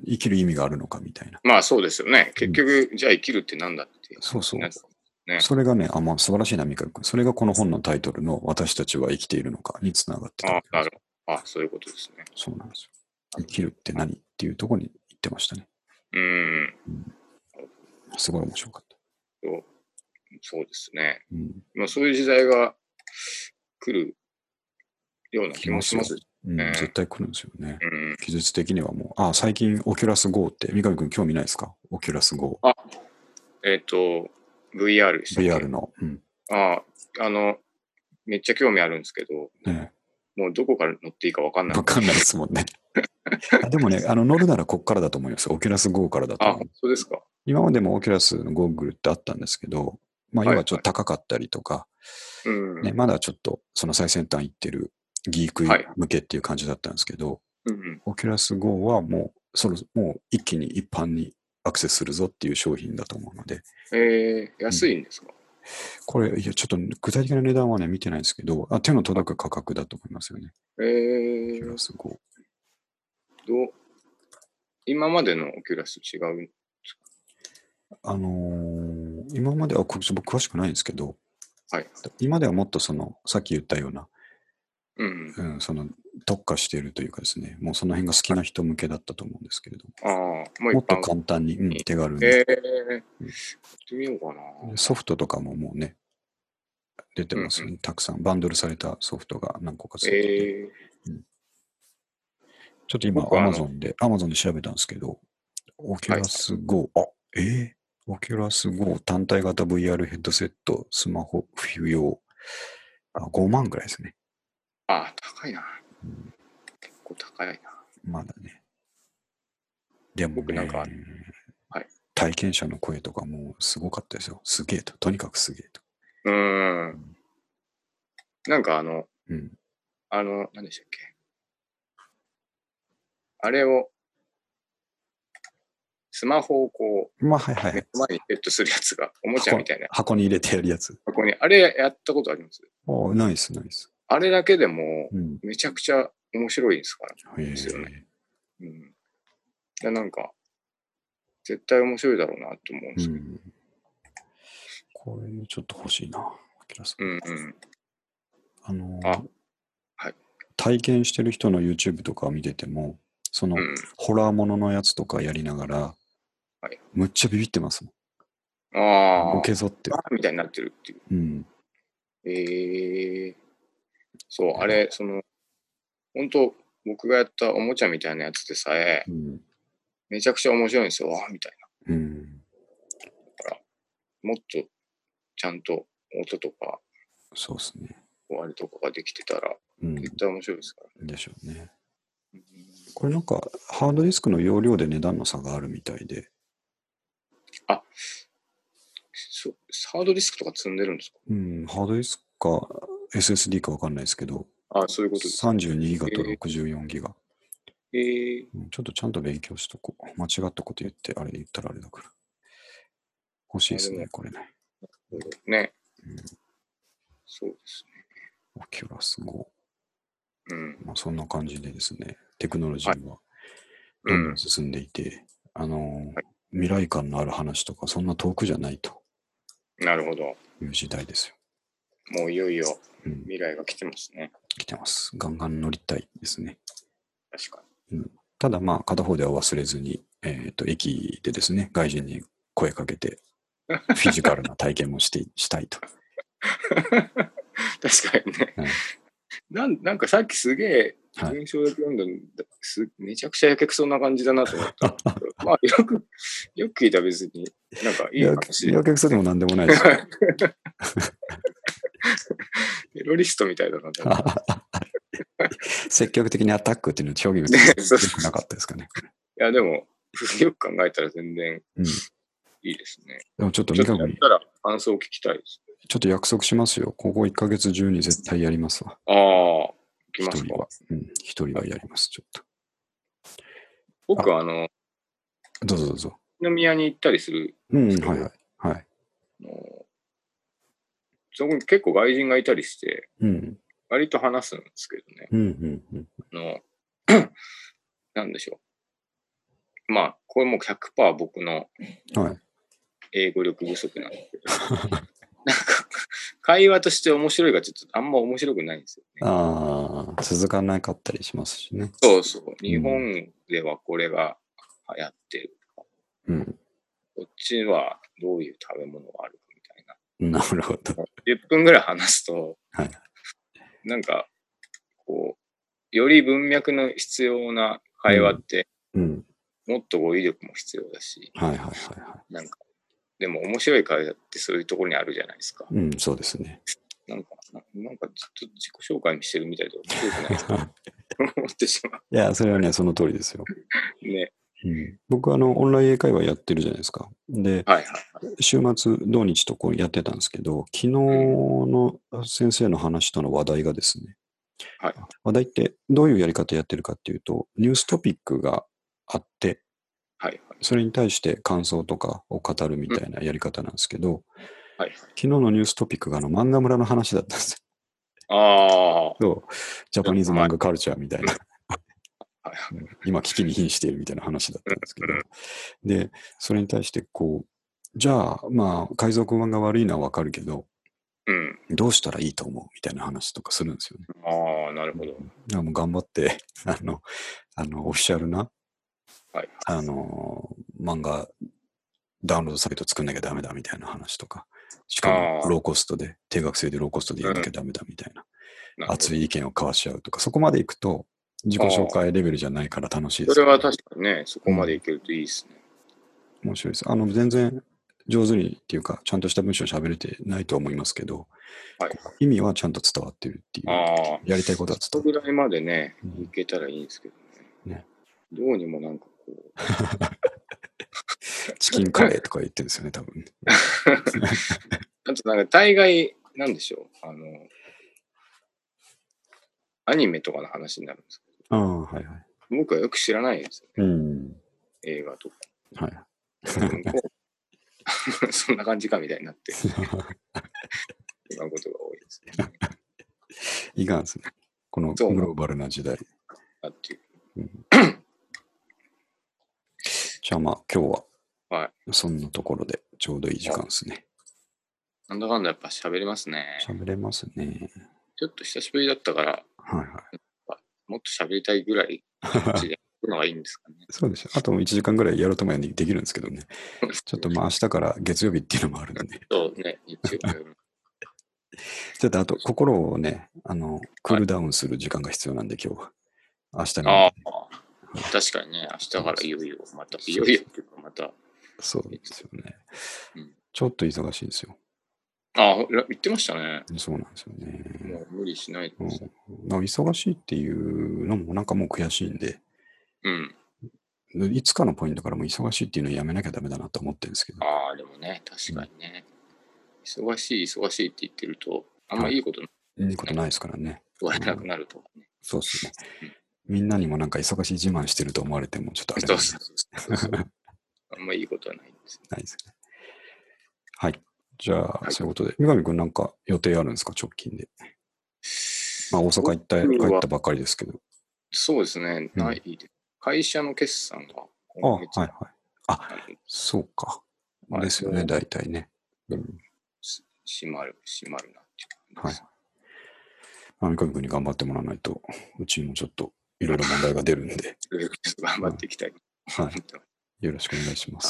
Speaker 1: 生きる意味があるのかみたいな。
Speaker 2: まあそうですよね。結局、うん、じゃあ生きるってなんだっていう、ね。
Speaker 1: そうそう。
Speaker 2: ね、
Speaker 1: それがね、あ、まあ、素晴らしいな、三上君。それがこの本のタイトルの私たちは生きているのかにつながってたわけです。
Speaker 2: あ、なるほど。あ、そういうことですね。
Speaker 1: そうなんですよ。生きるって何っていうところに言ってましたね。
Speaker 2: うん。うん、
Speaker 1: すごい面白かった。
Speaker 2: そう、そうですね。
Speaker 1: うん、
Speaker 2: まあそういう時代が来るような気もしますね。
Speaker 1: うん、絶対来るんですよね。
Speaker 2: うん、
Speaker 1: 技術的にはもう、あ、最近オキュラス ゴー って、三上君興味ないですか？オキュラス ゴー。
Speaker 2: あ、えっ、ー、と、ブイアール でしたっけ？
Speaker 1: ブイアール の。うん、
Speaker 2: あ、あの、めっちゃ興味あるんですけど、
Speaker 1: ね、
Speaker 2: もうどこから乗っていいか分かんない。
Speaker 1: 分かんないですもんね。あでもね、あの乗るならこっからだと思います。オキュラス ゴー からだと思う。
Speaker 2: あ、そうですか。
Speaker 1: 今までもオキュラスのゴーグルってあったんですけど、まあ、要はちょっと高かったりとか、
Speaker 2: はいはい、
Speaker 1: ね、まだちょっとその最先端行ってるギーク向けっていう感じだったんですけど、はい、オキュラス ゴー はもう、その、もう一気に一般にアクセスするぞっていう商品だと思うので。
Speaker 2: えー、安いんですか？うん、
Speaker 1: これ、いや、ちょっと具体的な値段はね、見てないんですけど、あ、手の届く価格だと思いますよね。
Speaker 2: えー、
Speaker 1: オキュラス ゴー。
Speaker 2: どう、今までのオキュラス違うんです
Speaker 1: か？あのー、今までは、僕詳しくないんですけど、
Speaker 2: はい、
Speaker 1: 今ではもっとその、さっき言ったような、
Speaker 2: うん、
Speaker 1: うん、その特化しているというかですね、もうその辺が好きな人向けだったと思うんですけれども、あもうもっと簡単に、うん、手軽に。えー、
Speaker 2: うん、やってみようかな。
Speaker 1: ソフトとかももうね、出てますよね、うんうん、たくさん。バンドルされたソフトが何個かついてて。えーうん、 ちょっと今、アマゾンで、アマゾンで調べたんですけど、オキュラス ゴー、はい、あ、えー、オキュラス ゴー 単体型 ブイアール ヘッドセット、スマホ不要、あごまんぐらいですね。
Speaker 2: ああ、高いな、うん。結構高いな。
Speaker 1: まだね。でもね、
Speaker 2: 僕なんか、
Speaker 1: はい、体験者の声とかもすごかったですよ。すげえと。とにかくすげえと。
Speaker 2: うーん。うん、なんかあの、
Speaker 1: うん、
Speaker 2: あの、何でしたっけ。あれを、スマホをこう、
Speaker 1: まあ、はいはい、
Speaker 2: 目の前にセットするやつが、おもちゃみたいな
Speaker 1: 箱。箱に入れてやるやつ。
Speaker 2: 箱に、あれやったことあります？
Speaker 1: ああ、ナイスナイス。
Speaker 2: あれだけでも、めちゃくちゃ面白いですから、
Speaker 1: うん、
Speaker 2: ですよね。うん。で、なんか、絶対面白いだろうなと思うんですけど。うん、
Speaker 1: これちょっと欲しいな。
Speaker 2: うんうん。
Speaker 1: あのー、あ、はい。体験してる人の YouTube とか見てても、その、うん、ホラーもののやつとかやりながら、はい、むっちゃビビってますもん。ああ。のけぞってる。
Speaker 2: みたいになってるっていう。
Speaker 1: うん。
Speaker 2: ええー、そう、あれ、その、本当僕がやったおもちゃみたいなやつでさえ、うん、めちゃくちゃ面白いんですよ、わーみたいな。うん。だから、もっとちゃんと音とか、
Speaker 1: そうですね。
Speaker 2: 終わりとかができてたら、うん、絶対面白いですから
Speaker 1: ね。でしょうね。うん、これなんか、ハードディスクの容量で値段の差があるみたいで。
Speaker 2: あ、そう、ハードディスクとか積んでるんですか？
Speaker 1: うん、ハードディスクか エスエスディー かわかんないですけど、
Speaker 2: あ、そういうことです。
Speaker 1: さんじゅうにギガとろくじゅうよんギガ。
Speaker 2: えー、
Speaker 1: ちょっとちゃんと勉強しとこう。間違ったこと言って、あれ言ったらあれだから。欲しいですね、これね。
Speaker 2: ね。うん、そうですね。
Speaker 1: オキュラス ゴー。
Speaker 2: うん。
Speaker 1: まあ、そんな感じでですね、テクノロジーはどんどん進んでいて、はい、あのーはい、未来感のある話とかそんな遠くじゃないと。
Speaker 2: なるほど。
Speaker 1: いう時代ですよ。
Speaker 2: もういよいよ未来が来てますね。
Speaker 1: うん、来てます。ガンガン乗りたいですね。
Speaker 2: 確か
Speaker 1: に。うん、ただまあ片方では忘れずに、えっと、駅でですね、外人に声かけて、フィジカルな体験もしてしたいと。
Speaker 2: 確かにね。はい、なんなんかさっきすげえ文章だけ読んだの、すめちゃくちゃやけくそな感じだなと思った。まあよく、よく聞いたら別に、なんかいい話で。
Speaker 1: やけくそでもなんでもないです。
Speaker 2: テロリストみたいだな。
Speaker 1: 積極的にアタックっていうのは表現が良くなかったですかね。
Speaker 2: いやでも、よく考えたら全然いいですね。
Speaker 1: うん、でもちょっと
Speaker 2: 三上やったら感想を聞きたいです。
Speaker 1: ちょっと約束しますよ。ここいっかげつ中に絶対やりますわ。
Speaker 2: ああ、行きますか。
Speaker 1: 一人は。うん、一人はやります、ちょっと。
Speaker 2: 僕、あの、
Speaker 1: どうぞどうぞ。
Speaker 2: 飲み屋に行ったりする
Speaker 1: んですけど、うん、はいはい。はい。
Speaker 2: そこに結構外人がいたりして、
Speaker 1: うん、
Speaker 2: 割と話すんですけどね。
Speaker 1: うんうんうん、
Speaker 2: あのなんでしょう。まあ、これも ひゃくパーセント 僕の英語力不足なんですけど、はい、なんか会話として面白いがちょっとあんま面白くないんですよね。
Speaker 1: ああ、続かなかったりしますしね。
Speaker 2: そうそう。日本ではこれが流行ってるとか、うん、こっちはどういう食べ物があるかみたい
Speaker 1: な。なるほど。
Speaker 2: じゅっぷんぐらい話すと、はい、なんか、こう、より文脈の必要な会話って、うんうん、もっと語彙力も必要だし、
Speaker 1: はいはいはいはい。
Speaker 2: なんか、でも面白い会話ってそういうところにあるじゃないですか。
Speaker 1: うん、そうですね。
Speaker 2: なんか、なんかずっと自己紹介にしてるみたいで面白くないですか思ってしまう。
Speaker 1: いや、それはね、その通りですよ。
Speaker 2: ね。
Speaker 1: うん、僕はあのオンライン英会話やってるじゃないですか。で、はいはいはい、週末、土日とこうやってたんですけど、昨日の先生の話との話題がですね、はい、話題ってどういうやり方やってるかっていうと、ニューストピックがあって、はいはい、それに対して感想とかを語るみたいなやり方なんですけど、うんはいはい、昨日のニューストピックがあの漫画村の話だったんですよ。ああ。そう、ジャパニーズ漫画カルチャーみたいな。今危機に瀕しているみたいな話だったんですけど、で、それに対してこう、じゃあ、まあ、海賊版が悪いのはわかるけど、うん、どうしたらいいと思うみたいな話とかするんですよね。
Speaker 2: ああ、なるほど。
Speaker 1: うん、もう頑張って、あの、あの、オフィシャルな、はい、あの、漫画、ダウンロードサイト作んなきゃダメだみたいな話とか、しかもローコストで、定額制でローコストでやんなきゃダメだみたいな、うん、熱い意見を交わし合うとか、そこまでいくと、 自己紹介レベルじゃないから楽しいです、ね。
Speaker 2: それは確かにね、そこまでいけるといいですね。
Speaker 1: うん、面白いです。あの、全然上手にっていうか、ちゃんとした文章喋れてないと思いますけど、はい、意味はちゃんと伝わってるっていう、あやりたいことは伝わってる。
Speaker 2: それぐらいまでね、いけたらいいんですけどね。ねどうにもなんかこう。
Speaker 1: チキンカレーとか言ってるんですよね、多分。
Speaker 2: あとなんか大概、なんでしょう、あの、アニメとかの話になるんですけど。
Speaker 1: ああ、はいはい。
Speaker 2: 僕はよく知らないですよね。うん、映画とか。はい。そんな感じかみたいになって。そんなことが多いですね。
Speaker 1: いかんですね。このグローバルな時代。あっていう。うん、じゃあまあ今日は、そんなところでちょうどいい時間ですね。
Speaker 2: なんだかんだやっぱ喋れますね。
Speaker 1: 喋れますね。
Speaker 2: ちょっと久しぶりだったから、はいはい、もっと喋りたいぐらい気持ちでやるのがいいんですかね。
Speaker 1: そうですよ。あといちじかんぐらいやろうともやにできるんですけどね。ちょっとまあ明日から月曜日っていうのもあるんで。
Speaker 2: そうね、日曜日。
Speaker 1: ちょっとあと心をね、あの、クールダウンする時間が必要なんで、今日は。明日に。ああ、
Speaker 2: 確かにね、明日からいよいよ、また、いよいよっていうか、また。
Speaker 1: そうですよね。うん、ちょっと忙しいんですよ。
Speaker 2: ああ、言ってましたね。
Speaker 1: そうなんですよね。
Speaker 2: もう無理しないでください。
Speaker 1: うん、忙しいっていうのもなんかもう悔しいんで、うん。いつかのポイントからもう忙しいっていうのをやめなきゃダメだなと思ってるんですけど。
Speaker 2: ああ、でもね、確かにね。うん、忙しい、忙しいって言ってると、あんまいいことない、
Speaker 1: ね。はい、いいことないですからね。
Speaker 2: 言われなくなるとかね。
Speaker 1: そうですね。みんなにもなんか忙しい自慢してると思われてもちょっとあれなんで。
Speaker 2: そうそうそうそうあんまいいことはないんです、ね。
Speaker 1: ないですね。はい。じゃあ、はい、そういうことで、三上くんなんか予定あるんですか、直近で。まあ、大阪行った、帰ったばっかりですけど。
Speaker 2: そうですね、ないで、うん、会社の決算が
Speaker 1: 今月。あ、はいはい。あ、そうか。ですよね、大体ね。
Speaker 2: うん、閉まる、閉まるなっていう感じです。
Speaker 1: はい。三上くんに頑張ってもらわないと、うちもちょっといろいろ問題が出るんで。
Speaker 2: 頑張っていきたい。
Speaker 1: はい。よろしくお願いします。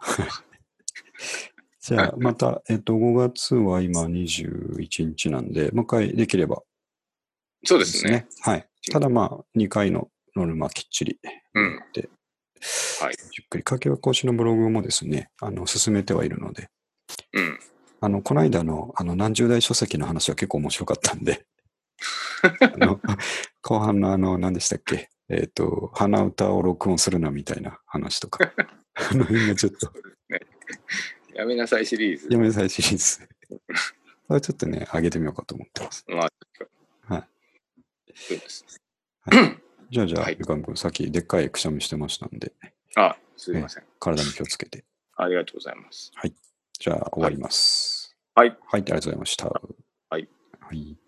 Speaker 1: じゃあ、また、えっと、ごがつは今にじゅういちにちなんで、もう一回できれば、
Speaker 2: そうですね。
Speaker 1: はい。ただまあ、にかいのノルマきっちりやって、
Speaker 2: うん、はい。
Speaker 1: じっくり、かけわ講師のブログもですね、あの、進めてはいるので、
Speaker 2: うん。
Speaker 1: あの、この間の、あの、何十代書籍の話は結構面白かったんで、あの後半のあの、何でしたっけ、えっと、鼻歌を録音するなみたいな話とか、あの辺がちょっと、
Speaker 2: ね、やめなさいシリーズ。
Speaker 1: やめなさいシリーズ。それちょっとね、上げてみようかと思ってます。
Speaker 2: まあ、
Speaker 1: はい。
Speaker 2: そうですね。
Speaker 1: はい、じゃあ、じゃあ、三上君、さっきでっかいくしゃみしてましたんで。
Speaker 2: あ、すいません。
Speaker 1: 体に気をつけて。
Speaker 2: ありがとうございます。
Speaker 1: はい。じゃあ、終わります。
Speaker 2: はい。
Speaker 1: はい、ありがとうございました。
Speaker 2: はい。
Speaker 1: はい。